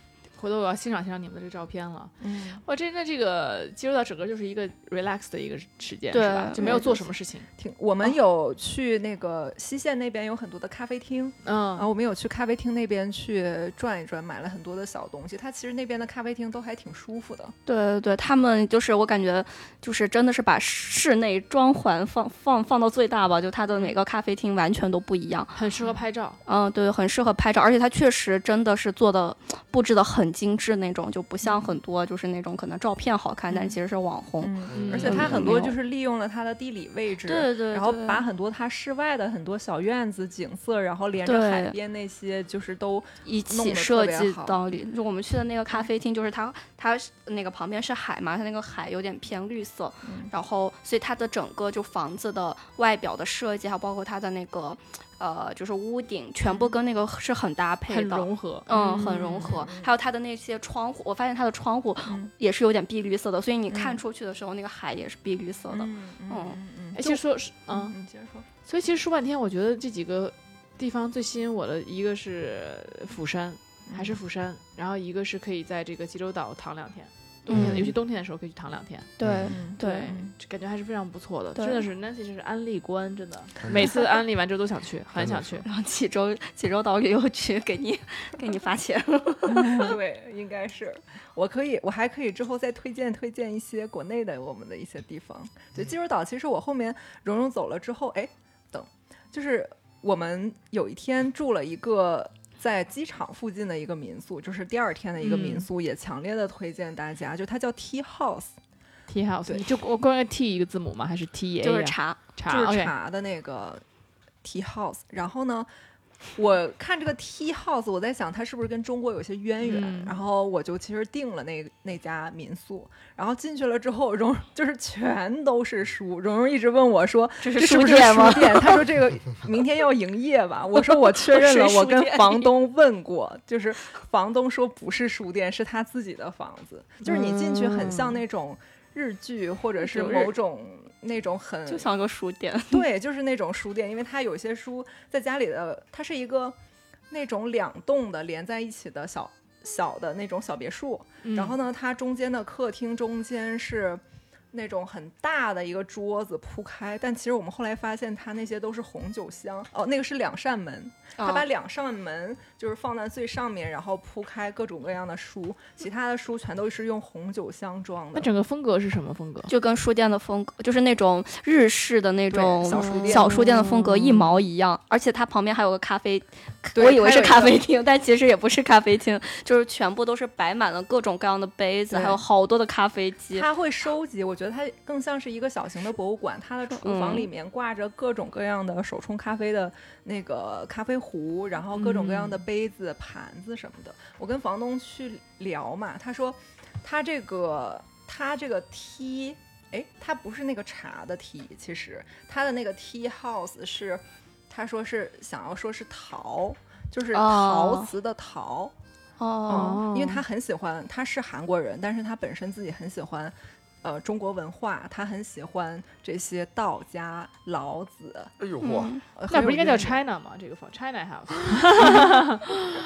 S2: 回头我要欣赏欣赏你们的这个照片了。哇，这个济州岛整个就是一个 relax 的一个时间，是吧？就没有做什么事情。
S1: 我们有去那个西线那边有很多的咖啡厅，然后我们有去咖啡厅那边去转一转，买了很多的小东西。它其实那边的咖啡厅都还挺舒服的。
S4: 对对，他们就是我感觉就是真的是把室内装潢放到最大吧，就它的每个咖啡厅完全都不一样，
S2: 很适合拍照。
S4: 对，很适合拍照，而且它确实真的是布置的很精致那种，就不像很多就是那种可能照片好看，但其实是网红。
S1: 而且它很多就是利用了它的地理位置，
S4: 对，
S1: 然后把很多它室外的很多小院子景色，然后连着海边那些就是都
S4: 一起设计到里。就我们去的那个咖啡厅，就是它那个旁边是海嘛，它那个海有点偏绿色，然后所以它的整个就房子的外表的设计，还有包括它的那个就是屋顶，全部跟那个是很搭配的，
S2: 很融合，
S4: 很融合。还有它的那些窗户，我发现它的窗户也是有点碧绿色的，所以你看出去的时候，那个海也是碧绿色的。
S2: 其实说是
S1: 你接着说。
S2: 所以其实说半天，我觉得这几个地方最吸引我的一个是釜山，还是釜山，然后一个是可以在这个济州岛躺2天。尤其冬天的时候可以去躺2天，
S4: 对，
S2: 感觉还是非常不错的，真的是 Nancy 是安利官，真的，每次安利完之后都想去，很想去。
S4: 然后济州岛旅游局给你发钱，
S1: 对，应该是，我还可以之后再推荐一些国内的我们的一些地方。对，济州岛其实我后面蓉蓉走了之后，就是我们有一天住了一个在机场附近的一个民宿，就是第2天的一个民宿，也强烈的推荐大家，就它叫 Tea House。Tea
S2: House， 就我关于 T 一个字母吗？还是 T A？
S4: 就是茶
S1: 就是茶的那个 Tea House。然后呢，我看这个 Tea House， 我在想它是不是跟中国有些渊源，然后我就其实订了那家民宿，然后进去了之后，就是全都是书。蓉蓉一直问我说：“这是不是书店？”他说：“这个明天要营业吧？”我说：“我确认了，我跟房东问过，就是房东说不是书店，是他自己的房子。就是你进去很像那种日剧或者是某种。”那种
S4: 就像个书店，
S1: 对，就是那种书店，因为它有些书在家里的，它是一个那种2栋的连在一起的小的那种小别墅，然后呢，它中间的客厅中间是那种很大的一个桌子铺开，但其实我们后来发现它那些都是红酒箱，那个是2扇门，它把2扇门就是放在最上面，然后铺开各种各样的书，其他的书全都是用红酒箱装的。
S2: 那整个风格是什么风格？
S4: 就跟书店的风格，就是那种日式的那种小书店的风格一毛一样，而且它旁边还有个咖啡，我以为是咖啡厅，但其实也不是咖啡厅，就是全部都是摆满了各种各样的杯子，还有好多的咖啡机。
S1: 它会收集，我觉得它更像是一个小型的博物馆，它的厨房里面挂着各种各样的手冲咖啡的那个咖啡壶，然后各种各样的杯子、盘子什么的。我跟房东去聊嘛，他说他这个 tea， 它不是那个茶的 tea， 其实它的那个 tea house 是，他说是想要说是陶，就是陶瓷的陶。因为他很喜欢，他是韩国人，但是他本身自己很喜欢中国文化，他很喜欢这些道家、老子。
S5: 哎呦嚯，
S2: 那不是应该叫 China 吗？这个房 China House。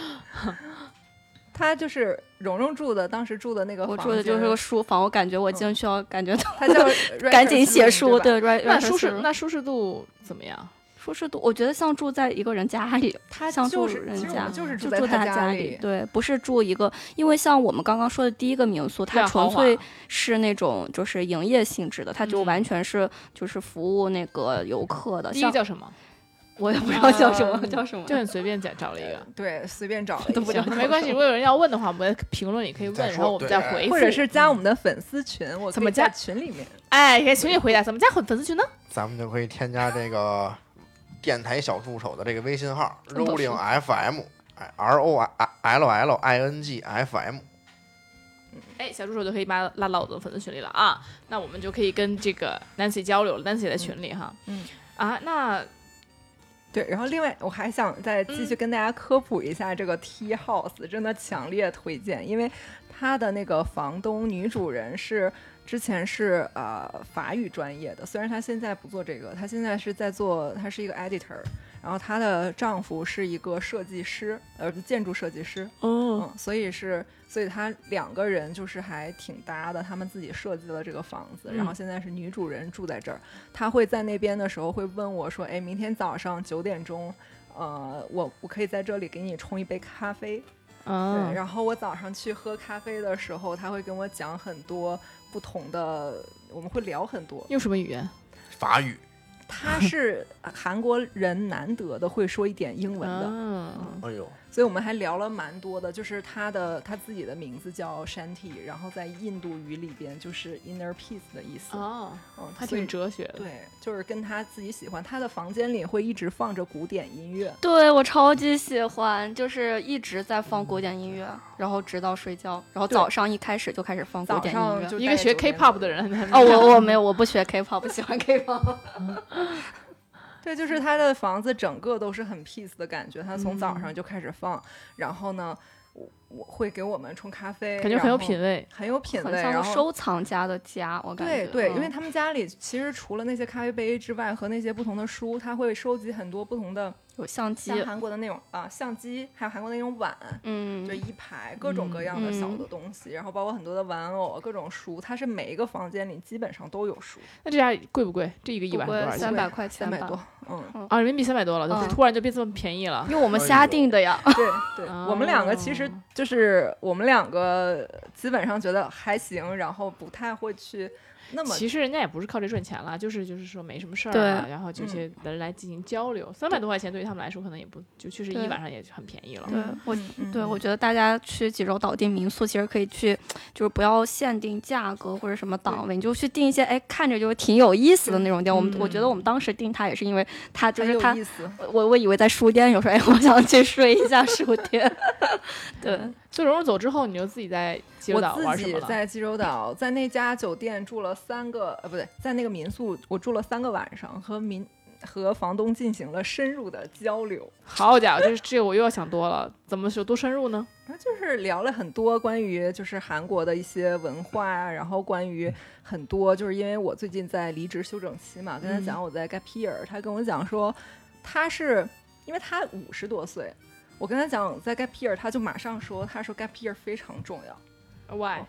S1: 他就是蓉蓉当时住的那个房间，
S4: 我住的就是个书房，我感觉我进去要感觉
S1: 他叫
S4: 赶紧写书，对，
S2: 那舒适度怎么样？
S4: 舒适度，我觉得像住在一个人家里，
S1: 他
S4: 像住人家，
S1: 就是
S4: 住
S1: 在他
S4: 家
S1: 里，
S4: 对，不是住一个，因为像我们刚刚说的第一个民宿，它纯粹是那种就是营业性质的，它就完全是就是服务那个游客的。
S2: 第一个叫什么？
S4: 我也不知道叫什么，叫什么，
S2: 就很随便找了一个，
S1: 对，随便找了一个，
S2: 都不没关系。如果有人要问的话，我们评论里可以问，然后我们再回复，
S1: 或者是加我们的粉丝群，我
S2: 怎么加
S1: 群里面？
S2: 哎，可以群里回答怎么加粉丝群呢？
S5: 咱们就可以添加这个电台小助手的这个微信号 Rolling FM ROLLING FM。
S2: 小助手就可以拉到我的粉丝群里了啊。那我们就可以跟这个 Nancy 交流了，Nancy 在群里哈。那。
S1: 对，然后另外我还想再继续跟大家科普一下这个 Tea House，真的强烈推荐，因为他的那个房东女主人是之前是法语专业的，虽然她现在不做这个，她现在是在做，她是一个 editor。然后她的丈夫是一个设计师，建筑设计师。所以她2个人就是还挺搭的，他们自己设计了这个房子。然后现在是女主人住在这儿，她会在那边的时候会问我说：“哎，明天早上9点钟，我可以在这里给你冲一杯咖啡。”对，然后我早上去喝咖啡的时候，他会跟我讲很多不同的，我们会聊很多。
S2: 用什么语言？
S5: 法语。
S1: 他是韩国人，难得的会说一点英文的。
S5: 哎呦，
S1: 所以我们还聊了蛮多的，就是他自己的名字叫 Shanti， 然后在印度语里边就是 inner peace 的意思。
S2: 还挺哲学的。
S1: 对，就是跟他自己喜欢，他的房间里会一直放着古典音乐。
S4: 对，我超级喜欢，就是一直在放古典音乐，然后直到睡觉，然后早上一开始就开始放古典音乐。
S2: 一个学 K-pop 的人。
S4: 我没有，我不学 K-pop， 不喜欢 K-pop。
S1: 对，就是他的房子整个都是很 peace 的感觉，他从早上就开始放，然后呢，我会给我们冲咖啡，
S2: 感觉很有品味，
S1: 很有品味，
S4: 很像是收藏家的家，我感觉。
S1: 对，因为他们家里其实除了那些咖啡杯之外，和那些不同的书，他会收集很多不同的。
S4: 有相机，
S1: 像韩国的那种相机，还有韩国那种碗，就一排各种各样的小的东西，然后包括很多的玩偶，各种书，它是每一个房间里基本上都有书。
S2: 那这家贵不贵？这一个一晚多少钱
S4: ？300块钱
S1: ，300多。
S2: 人民币300多了，突然就变这么便宜了。
S4: 因为我们瞎定的呀。
S1: 对，我们2个其实就是我们2个基本上觉得还行，然后不太会去。那么
S2: 其实人家也不是靠这赚钱了，就是说没什么事儿啊，然后这些人来进行交流。300多块钱对于他们来说可能也不，就确实一晚上也很便宜了。
S4: 我觉得大家去济州岛订民宿，其实可以去，就是不要限定价格或者什么档位，你就去订一些看着就挺有意思的那种店。我觉得我们当时订它也是因为它就是它，我以为在书店，有时候我想去睡一下书店。对。
S2: 所以蓉蓉走之后，你就自己在济州岛玩什么了？
S1: 我自己在济州岛，在那家酒店住了3个，不对，在那个民宿我住了3个晚上，和房东进行了深入的交流。
S2: 好家伙，这我又要想多了，怎么有多深入呢？
S1: 就是聊了很多关于就是韩国的一些文化啊，然后关于很多就是因为我最近在离职休整期嘛，跟他讲我在 gap year，他跟我讲说他是因为他50多岁。我跟他讲在 gap year， 他就马上说，他说 gap year 非常重要。
S2: Why？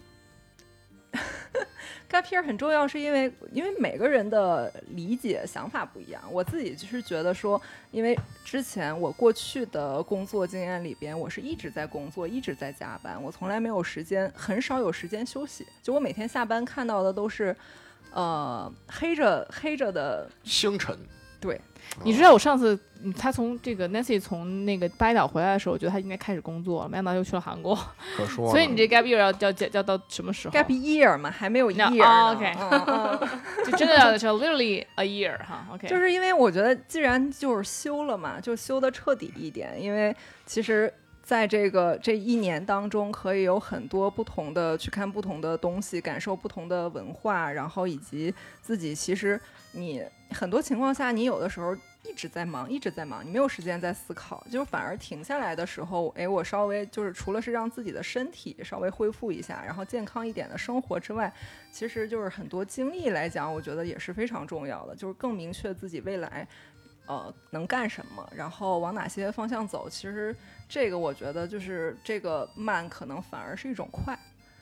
S1: gap year 很重要，是因为每个人的理解想法不一样。我自己就是觉得说，因为之前我过去的工作经验里边，我是一直在工作，一直在加班，我从来没有时间，很少有时间休息。就我每天下班看到的都是，黑着的
S5: 星辰。
S1: 对。
S2: 你知道我上次他从这个 Nancy 从那个巴厘岛回来的时候，我觉得他应该开始工作了，没想到又去了韩国。
S5: 可说。
S2: 所以你这 gap year 要到什么时候
S1: ？gap year 嘛，还没有 year。
S2: OK， 就真的要literally a year 哈。OK，
S1: 就是因为我觉得既然就是休了嘛，就休的彻底一点，因为其实。在这1年当中，可以有很多不同的去看不同的东西，感受不同的文化，然后以及自己其实你很多情况下，你有的时候一直在忙，你没有时间在思考，就反而停下来的时候，我稍微就是除了是让自己的身体稍微恢复一下，然后健康一点的生活之外，其实就是很多精力来讲，我觉得也是非常重要的，就是更明确自己未来能干什么，然后往哪些方向走。其实这个我觉得就是这个慢可能反而是一种快。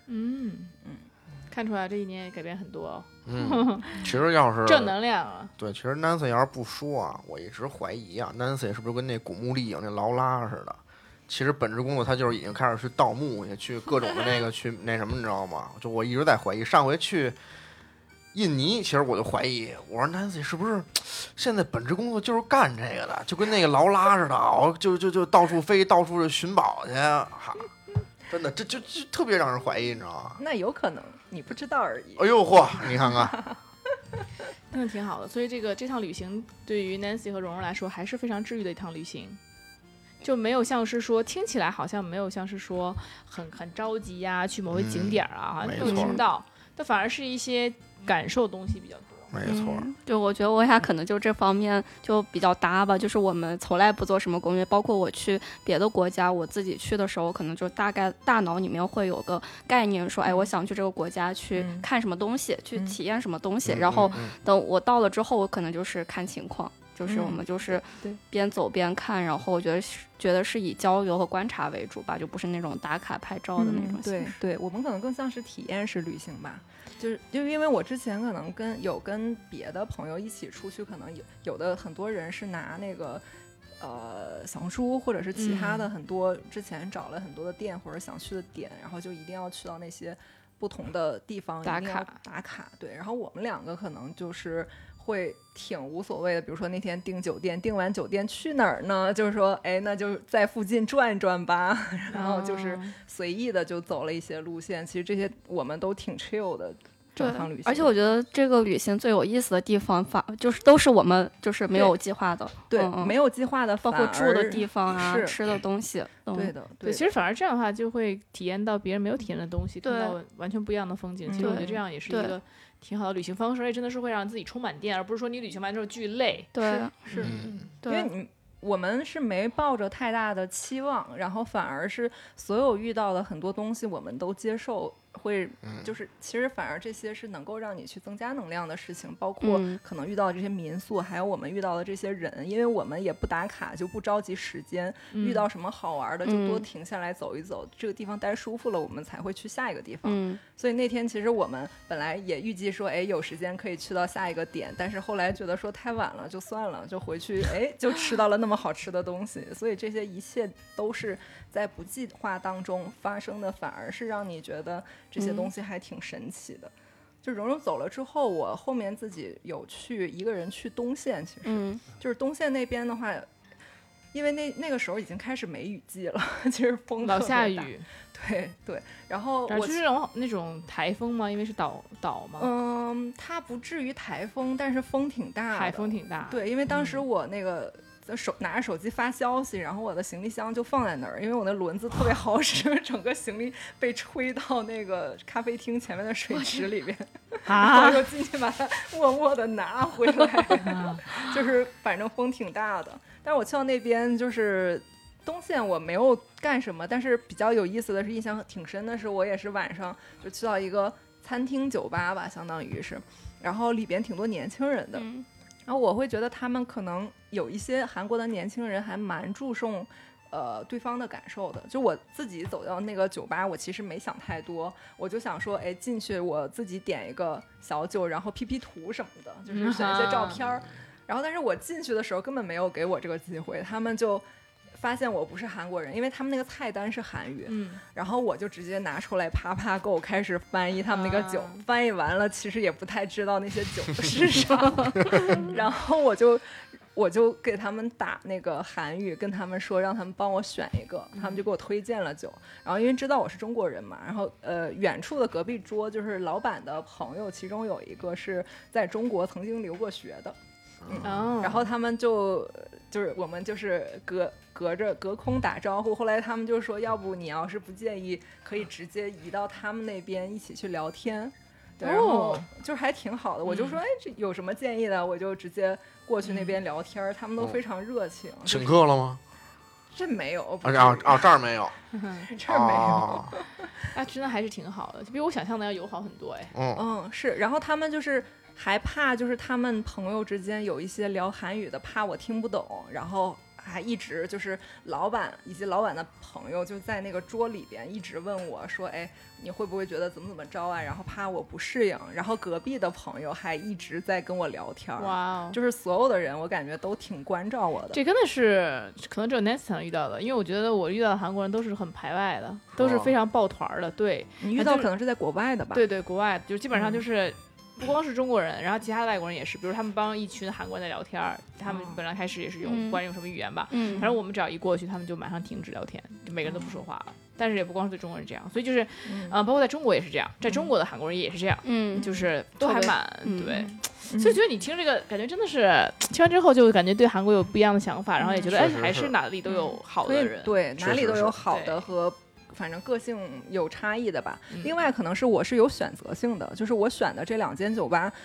S2: 看出来这1年也改变很多
S5: 其实要是
S2: 正能量啊。
S5: 对，其实 Nancy 要是不说啊，我一直怀疑啊 ，Nancy 是不是跟那古墓丽影那劳拉似的？其实本职工作他就是已经开始去盗墓去，去各种的那个去那什么，你知道吗？就我一直在怀疑，上回去印尼，其实我就怀疑，我说 Nancy 是不是现在本职工作就是干这个的，就跟那个劳拉似的，就到处飞，到处寻宝去，哈，真的，这就特别让人怀疑，你知道吗？
S1: 那有可能，你不知道而已。
S5: 哎呦嚯，你看看，
S2: 那挺好的。所以这趟旅行对于 Nancy 和蓉蓉来说还是非常治愈的一趟旅行，就没有像是说听起来好像没有像是说很着急呀，去某个景点啊，好像没有听到，但反而是一些感受东西比较多。
S5: 没错。
S4: 就我觉得我俩可能就这方面就比较搭吧，就是我们从来不做什么攻略，包括我去别的国家，我自己去的时候，可能就大概大脑里面会有个概念，说，哎，我想去这个国家去看什么东西，去体验什么东西，然后等我到了之后，我可能就是看情况。就是我们就是边走边看，然后我觉得是以交流和观察为主吧，就不是那种打卡拍照的那种形式。
S1: 对，我们可能更像是体验式旅行吧。就因为我之前可能跟别的朋友一起出去，可能有的很多人是拿那个小红书或者是其他的很多之前找了很多的店或者想去的点，然后就一定要去到那些不同的地方
S2: 打
S1: 卡。对，然后我们两个可能就是会挺无所谓的，比如说那天订酒店，订完酒店去哪儿呢？就是说，哎，那就在附近转一转吧，然后就是随意的就走了一些路线。其实这些我们都挺 chill 的。
S4: 对，而且我觉得这个旅行最有意思的地方，就是都是我们就是没有计划的，
S1: 对，没有计划的，
S4: 包括住的地方啊，吃的东西，
S1: 对的，
S2: 对，其实反而这样的话，就会体验到别人没有体验的东西，看到完全不一样的风景。其实我觉得这样也是一个挺好的旅行方式，而且真的是会让自己充满电，而不是说你旅行完之后巨累。
S4: 对，
S1: 是，因为我们是没抱着太大的期望，然后反而是所有遇到的很多东西我们都接受。会就是其实反而这些是能够让你去增加能量的事情，包括可能遇到的这些民宿，还有我们遇到的这些人，因为我们也不打卡，就不着急时间，遇到什么好玩的就多停下来走一走，这个地方待舒服了，我们才会去下一个地方。所以那天其实我们本来也预计说，哎，有时间可以去到下一个点，但是后来觉得说太晚了，就算了，就回去，哎，就吃到了那么好吃的东西。所以这些一切都是在不计划当中发生的，反而是让你觉得这些东西还挺神奇的。就蓉蓉走了之后，我后面自己有去一个人去东线，其实就是东线那边的话，因为那个时候已经开始梅雨季了，其实风
S2: 老下雨，
S1: 对。然后
S2: 我是那种台风吗？因为是岛吗？
S1: 它不至于台风，但是风挺大的，
S2: 海风挺大。
S1: 对，因为当时我那个。拿着手机发消息，然后我的行李箱就放在那儿，因为我那轮子特别好使，整个行李被吹到那个咖啡厅前面的水池里边，然后又进去把它默默的拿回来，就是反正风挺大的。但是我去到那边就是东线我没有干什么，但是比较有意思的是，印象挺深的是，我也是晚上就去到一个餐厅酒吧吧，相当于是，然后里边挺多年轻人的。然后我会觉得他们可能有一些韩国的年轻人还蛮注重对方的感受的。就我自己走到那个酒吧，我其实没想太多，我就想说，哎，进去我自己点一个小酒，然后 P 图什么的，就是选一些照片然后但是我进去的时候根本没有给我这个机会，他们就发现我不是韩国人，因为他们那个菜单是韩语，然后我就直接拿出来啪给我开始翻译他们那个酒，翻译完了其实也不太知道那些酒是啥，然后我就给他们打那个韩语，跟他们说让他们帮我选一个，他们就给我推荐了酒，然后因为知道我是中国人嘛，然后远处的隔壁桌就是老板的朋友，其中有一个是在中国曾经留过学的，然后他们就是我们就是隔空打招呼，后来他们就说，要不你要是不介意，可以直接移到他们那边一起去聊天。对，然后就是还挺好的，我就说，哎，这有什么建议的，我就直接过去那边聊天，他们都非常热情。
S5: 请客了吗？
S1: 这没有
S5: 这儿没有，
S1: 这儿没有。
S2: 哎，真的还是挺好的，比我想象的要友好很多哎。
S1: 是，然后他们就是还怕，就是他们朋友之间有一些聊韩语的，怕我听不懂，然后还一直就是老板以及老板的朋友就在那个桌里边一直问我说，哎，你会不会觉得怎么着啊？然后怕我不适应，然后隔壁的朋友还一直在跟我聊天。
S2: 哇，
S1: 就是所有的人我感觉都挺关照我的。
S2: 这真的是可能只有 Nancy 才能遇到的，因为我觉得我遇到的韩国人都是很排外的，都是非常抱团的。对，
S1: 你遇到可能是在国外的吧？
S2: 对，国外就基本上就是不光是中国人，然后其他的外国人也是，比如他们帮一群韩国人在聊天，他们本来开始也是用不管用什么语言吧，反正我们只要一过去，他们就马上停止聊天，就每个人都不说话了。但是也不光是对中国人这样，所以就是包括在中国也是这样，在中国的韩国人也是这样，就是都还蛮对。所以觉得你听这个感觉真的是听完之后就感觉对韩国有不一样的想法，然后也觉得还是哪里都有好的人，
S1: 对，哪里都有好的和反正个性有差异的吧。另外可能是我是有选择性的，就是我选的这2间酒吧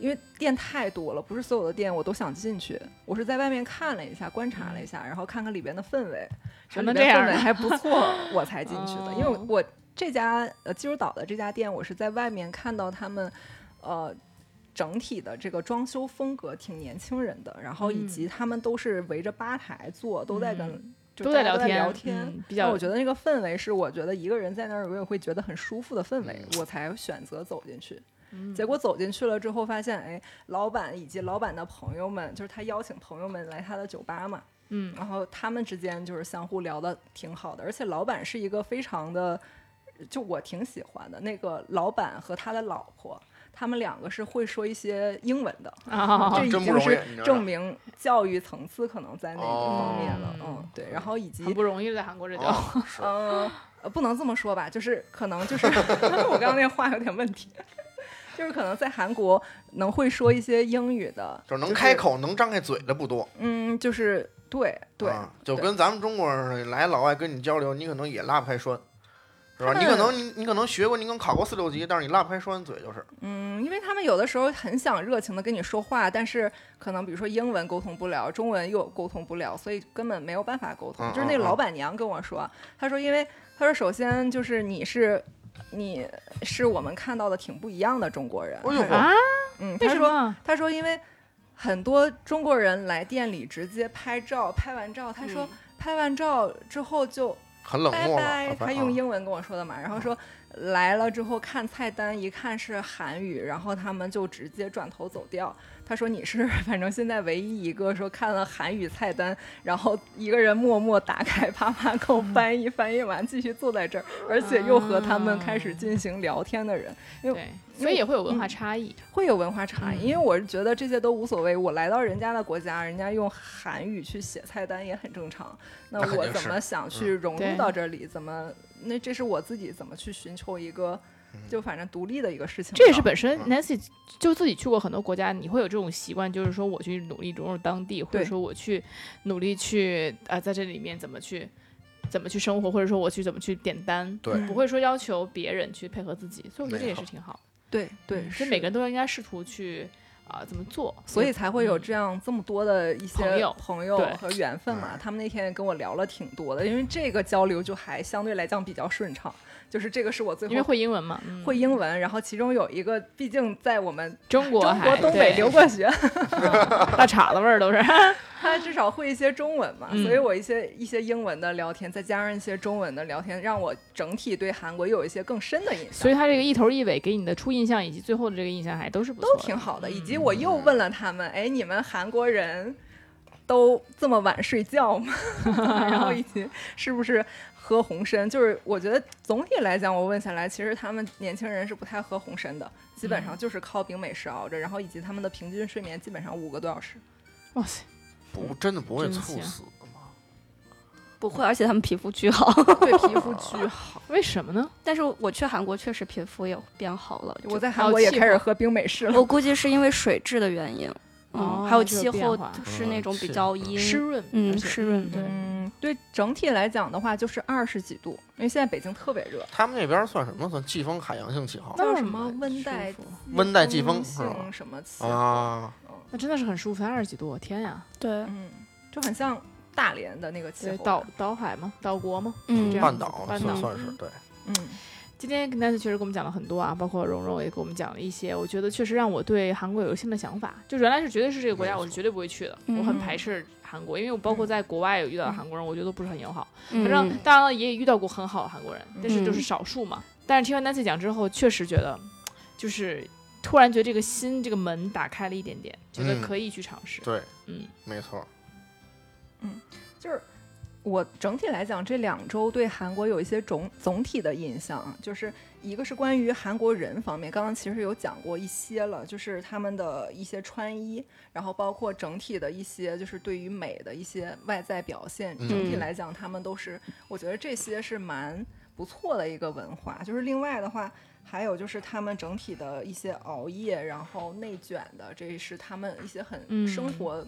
S1: 因为店太多了，不是所有的店我都想进去，我是在外面看了一下，观察了一下，然后看看里边的氛围，
S2: 还能这样，
S1: 氛围还不错，我才进去的。因为我这家济州岛的这家店，我是在外面看到他们整体的这个装修风格挺年轻人的，然后以及他们都是围着吧台坐，都在跟。
S2: 都在聊
S1: 天，
S2: 比较
S1: 我觉得那个氛围是我觉得一个人在那儿我也会觉得很舒服的氛围，我才选择走进去。结果走进去了之后发现，哎，老板以及老板的朋友们，就是他邀请朋友们来他的酒吧嘛，然后他们之间就是相互聊得挺好的，而且老板是一个非常的，就我挺喜欢的那个老板和他的老婆。他们两个是会说一些英文的，这已经是证明教育层次可能在那个方面了。对，然后以及
S2: 很不容易在韩国这叫，
S1: 不能这么说吧，就是可能就是我刚刚那话有点问题，就是可能在韩国能会说一些英语的，
S5: 就是能开口能张开嘴的不多。
S1: 就是对，
S5: 就跟咱们中国人来老外跟你交流，你可能也拉不开栓。是吧？你可能学过，你可能考过4、6级，但是你拉不开栓嘴就是。
S1: 因为他们有的时候很想热情的跟你说话，但是可能比如说英文沟通不了，中文又沟通不了，所以根本没有办法沟通。就是那个老板娘跟我说，她说首先就是你是我们看到的挺不一样的中国人。她说因为很多中国人来店里直接拍照，拍完照，她说拍完照之后就。
S5: 很冷漠了，
S1: 拜拜，他用英文跟我说的嘛，然后说来了之后看菜单一看是韩语，然后他们就直接转头走掉。他说你是反正现在唯一一个说看了韩语菜单，然后一个人默默打开啪啪给我翻译完继续坐在这儿，而且又和他们开始进行聊天的人。
S2: 对，所以也会有文化差异，
S1: 会有文化差异。因为我是觉得这些都无所谓，我来到人家的国家，人家用韩语去写菜单也很正常。那我怎么想去融入到这里？那这是我自己怎么去寻求一个。就反正独立的一个事情，
S2: 这也是本身 Nancy 就自己去过很多国家，你会有这种习惯，就是说我去努力融入当地，或者说我去努力去在这里面怎么去生活，或者说我去怎么去点单，
S5: 对，
S2: 不会说要求别人去配合自己，所以我觉得这也是挺好。
S1: 对，
S2: 所以每个人都应该试图去怎么做，
S1: 所以才会有这么多的一些朋友和缘分嘛。他们那天也跟我聊了挺多的，因为这个交流就还相对来讲比较顺畅。就是这个是我最后
S2: 因为会英文嘛，
S1: 会英文，然后其中有一个毕竟在我们
S2: 中国
S1: 东北留过学，
S2: 大碴子味儿都是。
S1: 他至少会一些中文嘛，所以我一些英文的聊天，再加上一些中文的聊天，让我整体对韩国有一些更深的印象。
S2: 所以他这个一头一尾给你的初印象以及最后的这个印象还都是不错的，
S1: 都挺好的。以及我又问了他们，哎，你们韩国人都这么晚睡觉吗？然后以及是不是喝红参？就是我觉得总体来讲，我问下来，其实他们年轻人是不太喝红参的，基本上就是靠冰美式熬着，然后以及他们的平均睡眠基本上5个多小时。
S2: 哇塞，
S5: 真的不会猝死吗？
S4: 不会，而且他们皮肤巨好，
S1: 对，皮肤巨好。
S2: 为什么呢？
S4: 但是我去韩国确实皮肤也变好了，
S1: 我在韩国也开始喝冰美式了。
S4: 我估计是因为水质的原因。还有气候是那种比较阴
S2: 湿润，
S4: 湿润，
S1: 对，整体来讲的话就是20几度，因为现在北京特别热。
S5: 他们那边算什么？算季风海洋性气候，
S1: 叫什么温带
S5: 季风
S1: 性什么气
S5: 啊？
S2: 那真的是很舒服，20几度，天呀！
S4: 对，
S1: 就很像大连的那个气候，
S2: 岛海吗？岛国吗？
S5: 半岛算是对，
S2: 今天跟Nancy确实跟我们讲了很多啊，包括蓉蓉也给我们讲了一些，我觉得确实让我对韩国有新的想法。就原来是绝对是这个国家，我是绝对不会去的，我很排斥韩国，因为我包括在国外有遇到的韩国人，我觉得都不是很友好。反正当然了，也遇到过很好的韩国人，但是就是少数嘛。但是听完Nancy讲之后，确实觉得就是突然觉得这个心这个门打开了一点点，觉得可以去尝试。
S5: 对，没错。
S1: 就是我整体来讲，这2周对韩国有一些总体的印象，就是一个是关于韩国人方面，刚刚其实有讲过一些了，就是他们的一些穿衣，然后包括整体的一些就是对于美的一些外在表现，整体来讲他们都是，我觉得这些是蛮不错的一个文化。就是另外的话，还有就是他们整体的一些熬夜，然后内卷的，这是他们一些很生活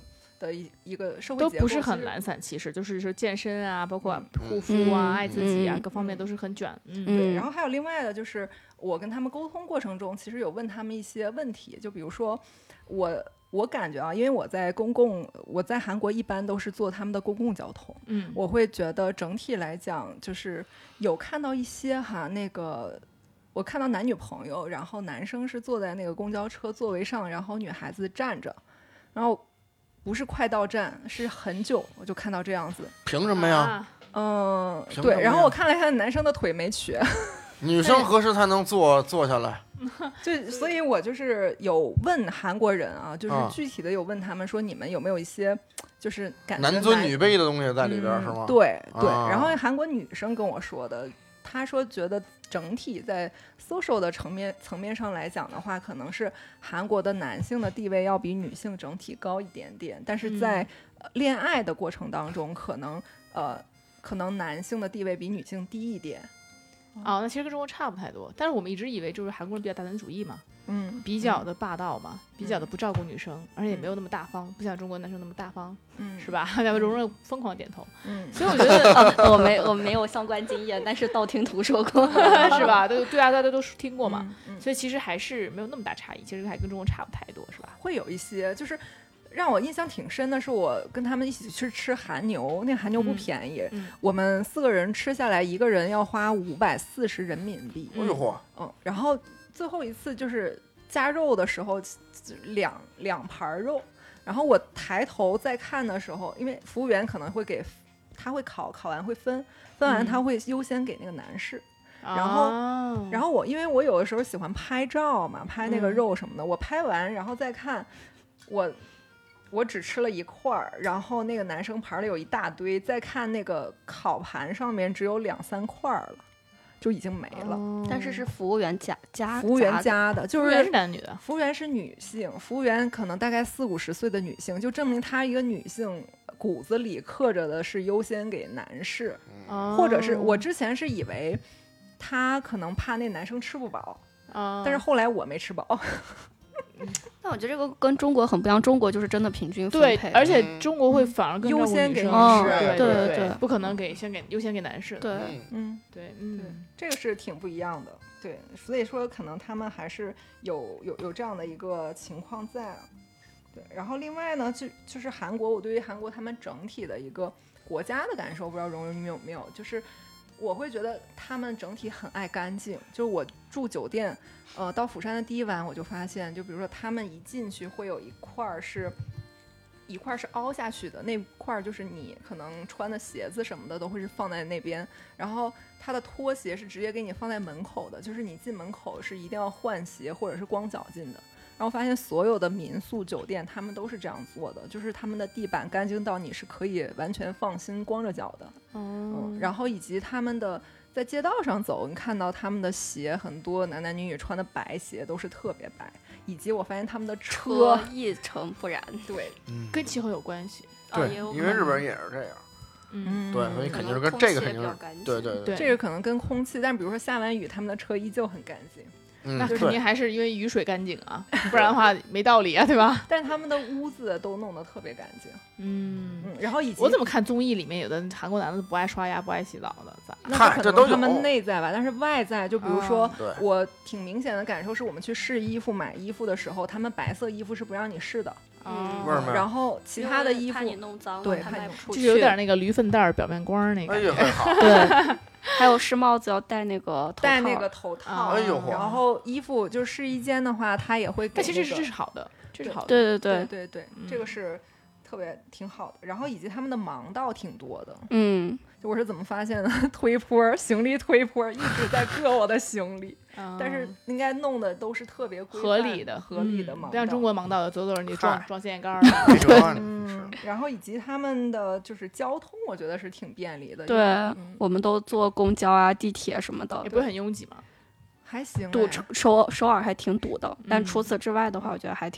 S1: 的一个社会
S2: 都
S1: 结构，
S2: 不是很懒散，其实就是说健身啊，包括护肤啊、爱自己啊，各方面都是很卷。
S1: 对。然后还有另外的就是，我跟他们沟通过程中，其实有问他们一些问题，就比如说我感觉啊，因为我在韩国一般都是坐他们的公共交通，我会觉得整体来讲，就是有看到一些那个。我看到男女朋友，然后男生是坐在那个公交车座位上，然后女孩子站着，然后不是快到站，是很久，我就看到这样子。
S5: 凭什么呀？
S1: 对。然后我看了一下男生的腿没瘸，
S5: 女生何时才能坐下来？
S1: 所以我就是有问韩国人啊，就是具体的有问他们说，你们有没有一些就是感觉
S5: 男尊女卑的东西在里边，是吗？
S1: 对。然后韩国女生跟我说的。他说觉得整体在 social 的层面上来讲的话，可能是韩国的男性的地位要比女性整体高一点点，但是在恋爱的过程当中，可能男性的地位比女性低一点。
S2: 那其实跟中国差不太多，但是我们一直以为就是韩国人比较大男子主义嘛，比较的霸道嘛，比较的不照顾女生，而且也没有那么大方，不像中国男生那么大方，是吧？两位蓉蓉疯狂点头，所以我觉得
S4: 我没有相关经验，但是道听途说过，
S2: 是吧？对啊，大家都听过嘛，所以其实还是没有那么大差异，其实还跟中国差不太多，是吧？
S1: 会有一些就是。让我印象挺深的是，我跟他们一起去吃韩牛，那韩牛不便宜，我们4个人吃下来，一个人要花540人民币。
S5: 哎呦嚯！
S1: 然后最后一次就是加肉的时候，两盘肉，然后我抬头再看的时候，因为服务员可能会他会烤完会分完，他会优先给那个男士。然后我因为我有的时候喜欢拍照嘛，拍那个肉什么的，我拍完然后再看我只吃了一块儿，然后那个男生盘里有一大堆，再看那个烤盘上面只有2-3块了，就已经没了。
S4: 但是服务员加
S1: 服务员加的，就是
S2: 服务员是男女的，
S1: 服务员是女性，服务员可能大概40-50岁的女性，就证明她一个女性骨子里刻着的是优先给男士，或者是我之前是以为她可能怕那男生吃不饱，但是后来我没吃饱。
S4: 但我觉得这个跟中国很不一样，中国就是真的平均分配，
S2: 对，而且中国会反而更
S1: 优先给女
S2: 士，
S1: 对，
S2: 不可能优先给男士，
S4: 对，
S1: 对，这个是挺不一样的，对，所以说可能他们还是有这样的一个情况在，对，然后另外呢，就是韩国，我对于韩国他们整体的一个国家的感受，不知道蓉蓉你有没有，就是我会觉得他们整体很爱干净，就是我住酒店。到釜山的第一晚我就发现，就比如说他们一进去会有一块是凹下去的，那块就是你可能穿的鞋子什么的都会是放在那边，然后他的拖鞋是直接给你放在门口的，就是你进门口是一定要换鞋或者是光脚进的。然后发现所有的民宿酒店他们都是这样做的，就是他们的地板干净到你是可以完全放心光着脚的。然后以及他们的在街道上走，你看到他们的鞋，很多男女穿的白鞋都是特别白，以及我发现他们的车
S4: 一尘不染，
S1: 对，
S2: 跟气候有关系。
S5: 对，因为日本人也是这样。对，所以肯定是跟这个肯定是对，
S1: 这个可能跟空气，但比如说下完雨，他们的车依旧很干净。
S2: 那肯定还是因为雨水干净啊，不然的话没道理啊，对吧？
S1: 但是他们的屋子都弄得特别干净。然后以及
S2: 我怎么看综艺里面有的韩国男的不爱刷牙不爱洗澡的，咋？
S1: 那可能他们内在吧，但是外在就比如说，我挺明显的感受是我们去试衣服买衣服的时候，他们白色衣服是不让你试的。然后其他的衣服
S4: 怕你弄脏，
S1: 对，
S4: 怕卖不出
S2: 去，就是有点那个驴粪蛋表面光那个。
S4: 对。还有试帽子要戴那个
S1: 头套，然后衣服就是试衣间的话，他也会给。
S2: 但其实这是好的，这是好的。
S1: 对，这个是特别挺好的。然后以及他们的盲道挺多的，就我是怎么发现的？行李推坡一直在硌我的行李，但是应该弄的都是特别
S2: 合理的
S1: 盲道，
S2: 不像中国盲道走你撞线线杆
S1: 然后以及他们的就是交通，我觉得是挺便利的。
S4: 对，我们都坐公交啊、地铁什么的，
S2: 也不会很拥挤嘛，
S1: 还行。
S4: 首尔还挺堵的，但除此之外的话，我觉得还挺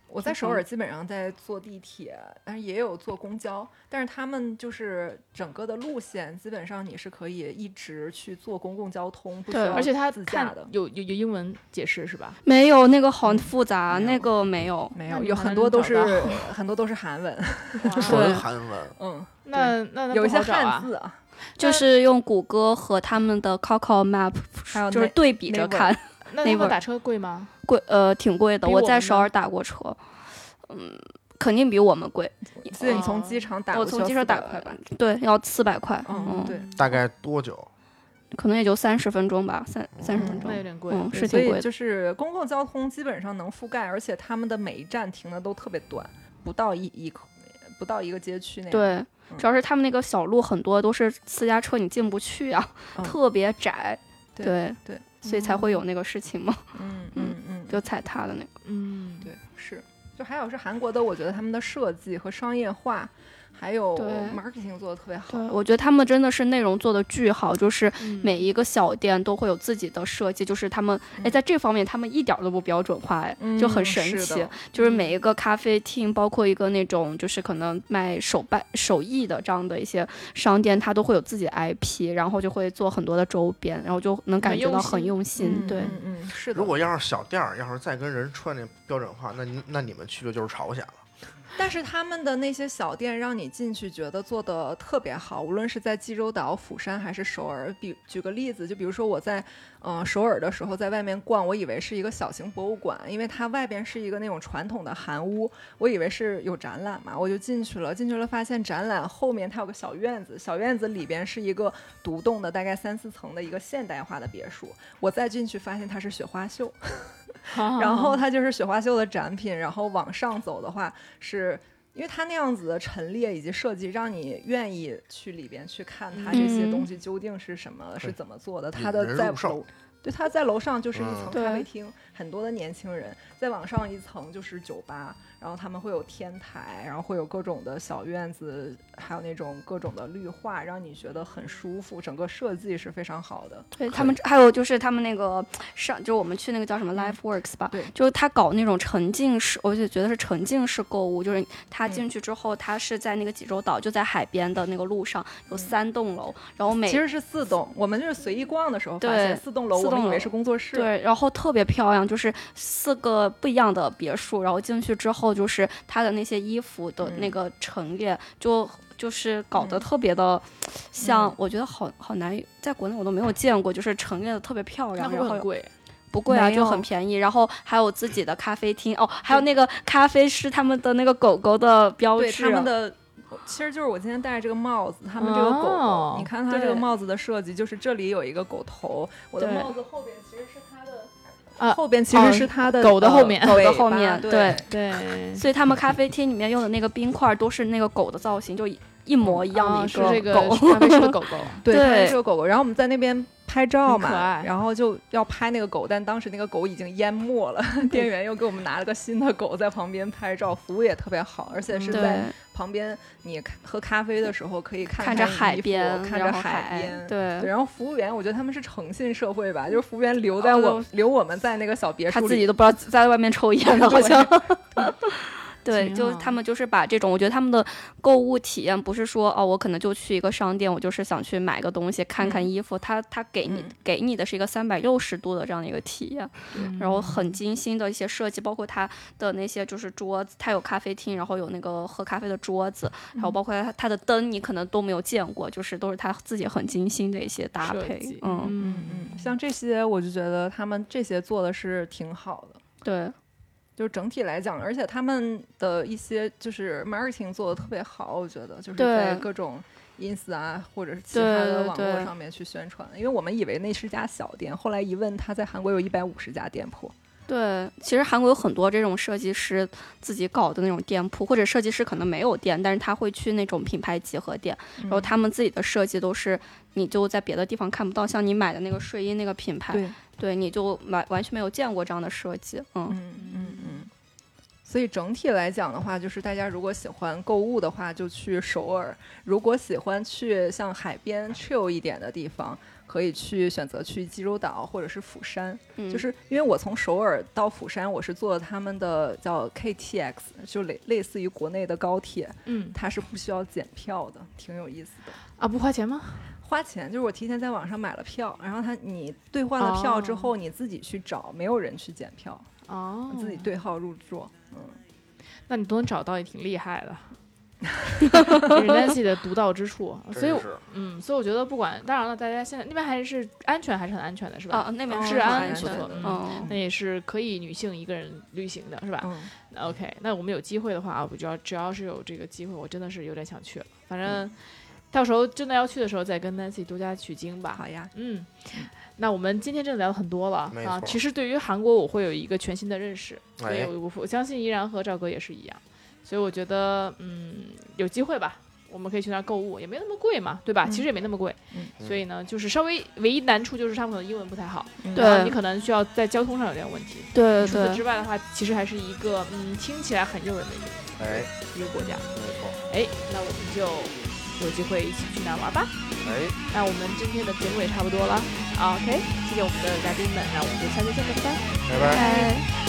S1: 我在首尔基本上在坐地铁，但是也有坐公交，但是他们就是整个的路线基本上你是可以一直去坐公共交通，不需要
S2: 而且它
S1: 自驾的。
S2: 有英文解释是吧？
S4: 没有那个好复杂，那个没有，
S1: 有很多都是韩文，
S5: 纯韩文。
S1: 嗯，
S2: 那
S1: 有一些
S2: 不好找啊
S1: 汉字啊，
S4: 就是用谷歌和他们的 Kakao Map
S1: 还有
S4: 就是对比着看。
S2: 那他们打车贵吗？
S4: 贵，挺贵的。
S2: 比我们
S4: 在首尔打过车，肯定比我们贵。
S1: 记得你从机场打过去，
S4: 我从机场打
S1: 块吧？
S4: 对，要400块。
S1: 对，
S5: 大概多久？
S4: 可能也就30分钟吧，30分钟。
S2: 那有点贵，
S4: 是挺贵的。
S1: 所以就是公共交通基本上能覆盖，而且他们的每一站停的都特别短，不到一个街区那样。
S4: 对，主要是他们那个小路很多都是私家车，你进不去啊，特别窄。
S1: 对，
S4: 所以才会有那个事情嘛。就踩踏的那个。
S1: 对，是。就还有是韩国的，我觉得他们的设计和商业化，还有 marketing 做的特别好。
S4: 对，我觉得他们真的是内容做的巨好，就是每一个小店都会有自己的设计，就是他们在这方面他们一点都不标准化，就很神奇。就是每一个咖啡厅，包括一个那种就是可能卖手艺的这样的一些商店，它都会有自己的 IP， 然后就会做很多的周边，然后就能感觉到很用心。对，
S1: 是的。
S5: 如果要是小店儿，要是再跟人穿那标准化，那你们去的就是朝鲜了。
S1: 但是他们的那些小店让你进去觉得做的特别好，无论是在济州岛、釜山还是首尔。举个例子，就比如说我在首尔的时候，在外面逛，我以为是一个小型博物馆，因为它外边是一个那种传统的韩屋，我以为是有展览嘛，我就进去了发现展览后面它有个小院子，小院子里边是一个独栋的大概3-4层的一个现代化的别墅，我再进去发现它是雪花秀然后它就是雪花秀的展品，然后往上走的话是因为它那样子的陈列以及设计，让你愿意去里边去看它这些东西究竟是什么，是怎么做的。它的它在楼上就是一层咖啡厅，很多的年轻人，再往上一层就是酒吧，然后他们会有天台，然后会有各种的小院子，还有那种各种的绿化，让你觉得很舒服，整个设计是非常好的。
S4: 对，他们还有就是他们那个就是我们去那个叫什么 LifeWorks 吧，
S1: 对，
S4: 就是他搞那种沉浸式，我就觉得是沉浸式购物，就是他进去之后，他是在那个济州岛，就在海边的那个路上有3栋楼，然后
S1: 其实是4栋，我们就是随意逛的时候发现4栋楼，我们以为是工作室，
S4: 对，然后特别漂亮，就是4个不一样的别墅，然后进去之后就是它的那些衣服的那个陈列，就是搞得特别的像，我觉得好难，在国内我都没有见过，就是陈列的特别漂亮，
S2: 然后很贵。
S4: 不贵啊，就很便宜。然后还有自己的咖啡厅还有那个咖啡是他们的那个狗狗的标志，
S1: 对他们的。其实就是我今天戴这个帽子，他们这个狗狗，你看它这个帽子的设计，就是这里有一个狗头，我的帽子后边其实是它的，后边其实是它的
S2: 狗的后面，
S4: 狗的后面，
S1: 对。
S4: 所以他们咖啡厅里面用的那个冰块都是那个狗的造型，就一模一样的一个狗，
S2: 咖啡师的狗狗，
S1: 对，是个狗狗。然后我们在那边拍照嘛，然后就要拍那个狗，但当时那个狗已经淹没了，店员又给我们拿了个新的狗在旁边拍照，服务也特别好，而且是在旁边你喝咖啡的时候可以看
S4: 着海边，
S1: 看着海边，
S4: 对。
S1: 然后服务员，我觉得他们是诚信社会吧，就是服务员留我们在那个小别墅里，
S4: 他自己都不知道在外面抽烟了，好像。对，就他们就是把这种，我觉得他们的购物体验不是说我可能就去一个商店，我就是想去买个东西，看看衣服，他给你的是一个360度的这样的一个体验，然后很精心的一些设计，包括它的那些就是桌子，它有咖啡厅，然后有那个喝咖啡的桌子，然后包括它的灯，你可能都没有见过，就是都是他自己很精心的一些搭配，
S1: 像这些我就觉得他们这些做的是挺好的，
S4: 对。
S1: 就是整体来讲，而且他们的一些就是 marketing 做的特别好，我觉得就是在各种 ins 啊或者是其他的网络上面去宣传。因为我们以为那是家小店，后来一问，他在韩国有150家店铺。
S4: 对，其实韩国有很多这种设计师自己搞的那种店铺，或者设计师可能没有店，但是他会去那种品牌集合店，然后他们自己的设计都是你就在别的地方看不到，像你买的那个睡衣那个品牌，对，你就完全没有见过这样的设计，
S1: 所以整体来讲的话，就是大家如果喜欢购物的话，就去首尔；如果喜欢去像海边 chill 一点的地方， 可以去选择去济州岛或者是釜山。就是因为我从首尔到釜山，我是坐他们的叫 KTX， 就类似于国内的高铁，它是不需要检票的，挺有意思的。
S2: 啊，不花钱吗？
S1: 花钱，就是我提前在网上买了票，然后你兑换了票之后，你自己去找，没有人去检票，自己对号入座。
S2: 那你都能找到，也挺厉害的。这是 Nancy 的独到之处，所以所以我觉得不管，当然了，大家现在那边还是安全，还是很安全的，是吧？
S4: 那边
S2: 治安
S4: 安全
S2: 的，那也是可以女性一个人旅行的，是吧？OK， 那我们有机会的话啊，只要是有这个机会，我真的是有点想去了。反正到时候真的要去的时候，再跟 Nancy 多加取经吧。
S1: 好呀，
S2: 那我们今天真的聊了很多了啊。其实对于韩国，我会有一个全新的认识，所以我相信依然和赵哥也是一样。所以我觉得，有机会吧，我们可以去那儿购物，也没那么贵嘛，对吧？其实也没那么贵。所以呢，就是稍微唯一难处就是他们可能英文不太好，
S4: 对，
S2: 你可能需要在交通上有点问题。
S4: 对，
S2: 除此之外的话，其实还是一个听起来很诱人的一个国家。
S5: 没错。
S2: 那我们就有机会一起去那儿玩吧。那我们今天的节目也差不多了。OK， 谢谢我们的嘉宾们，那我们就下期见，拜拜。
S5: 拜拜。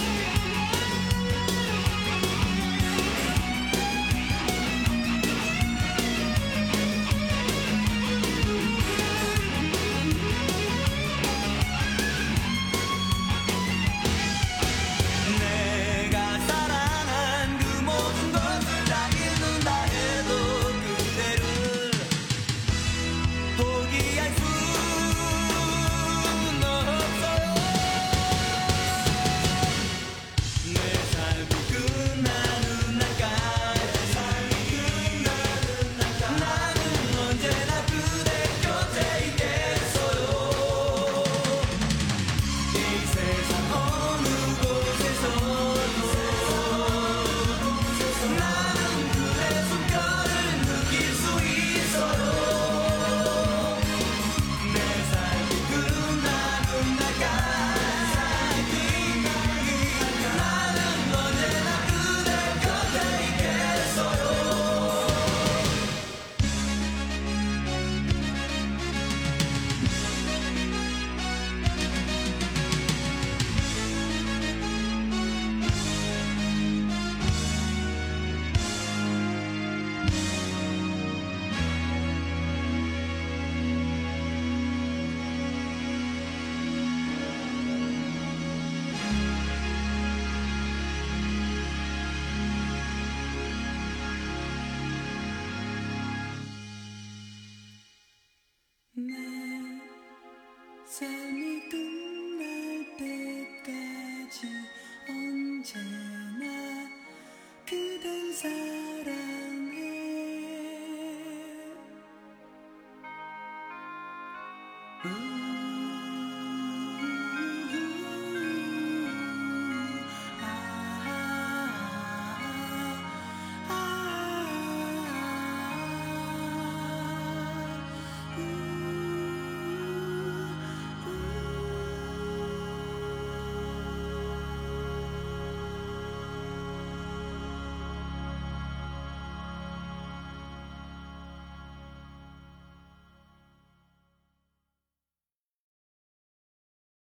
S6: 내 삶이 끝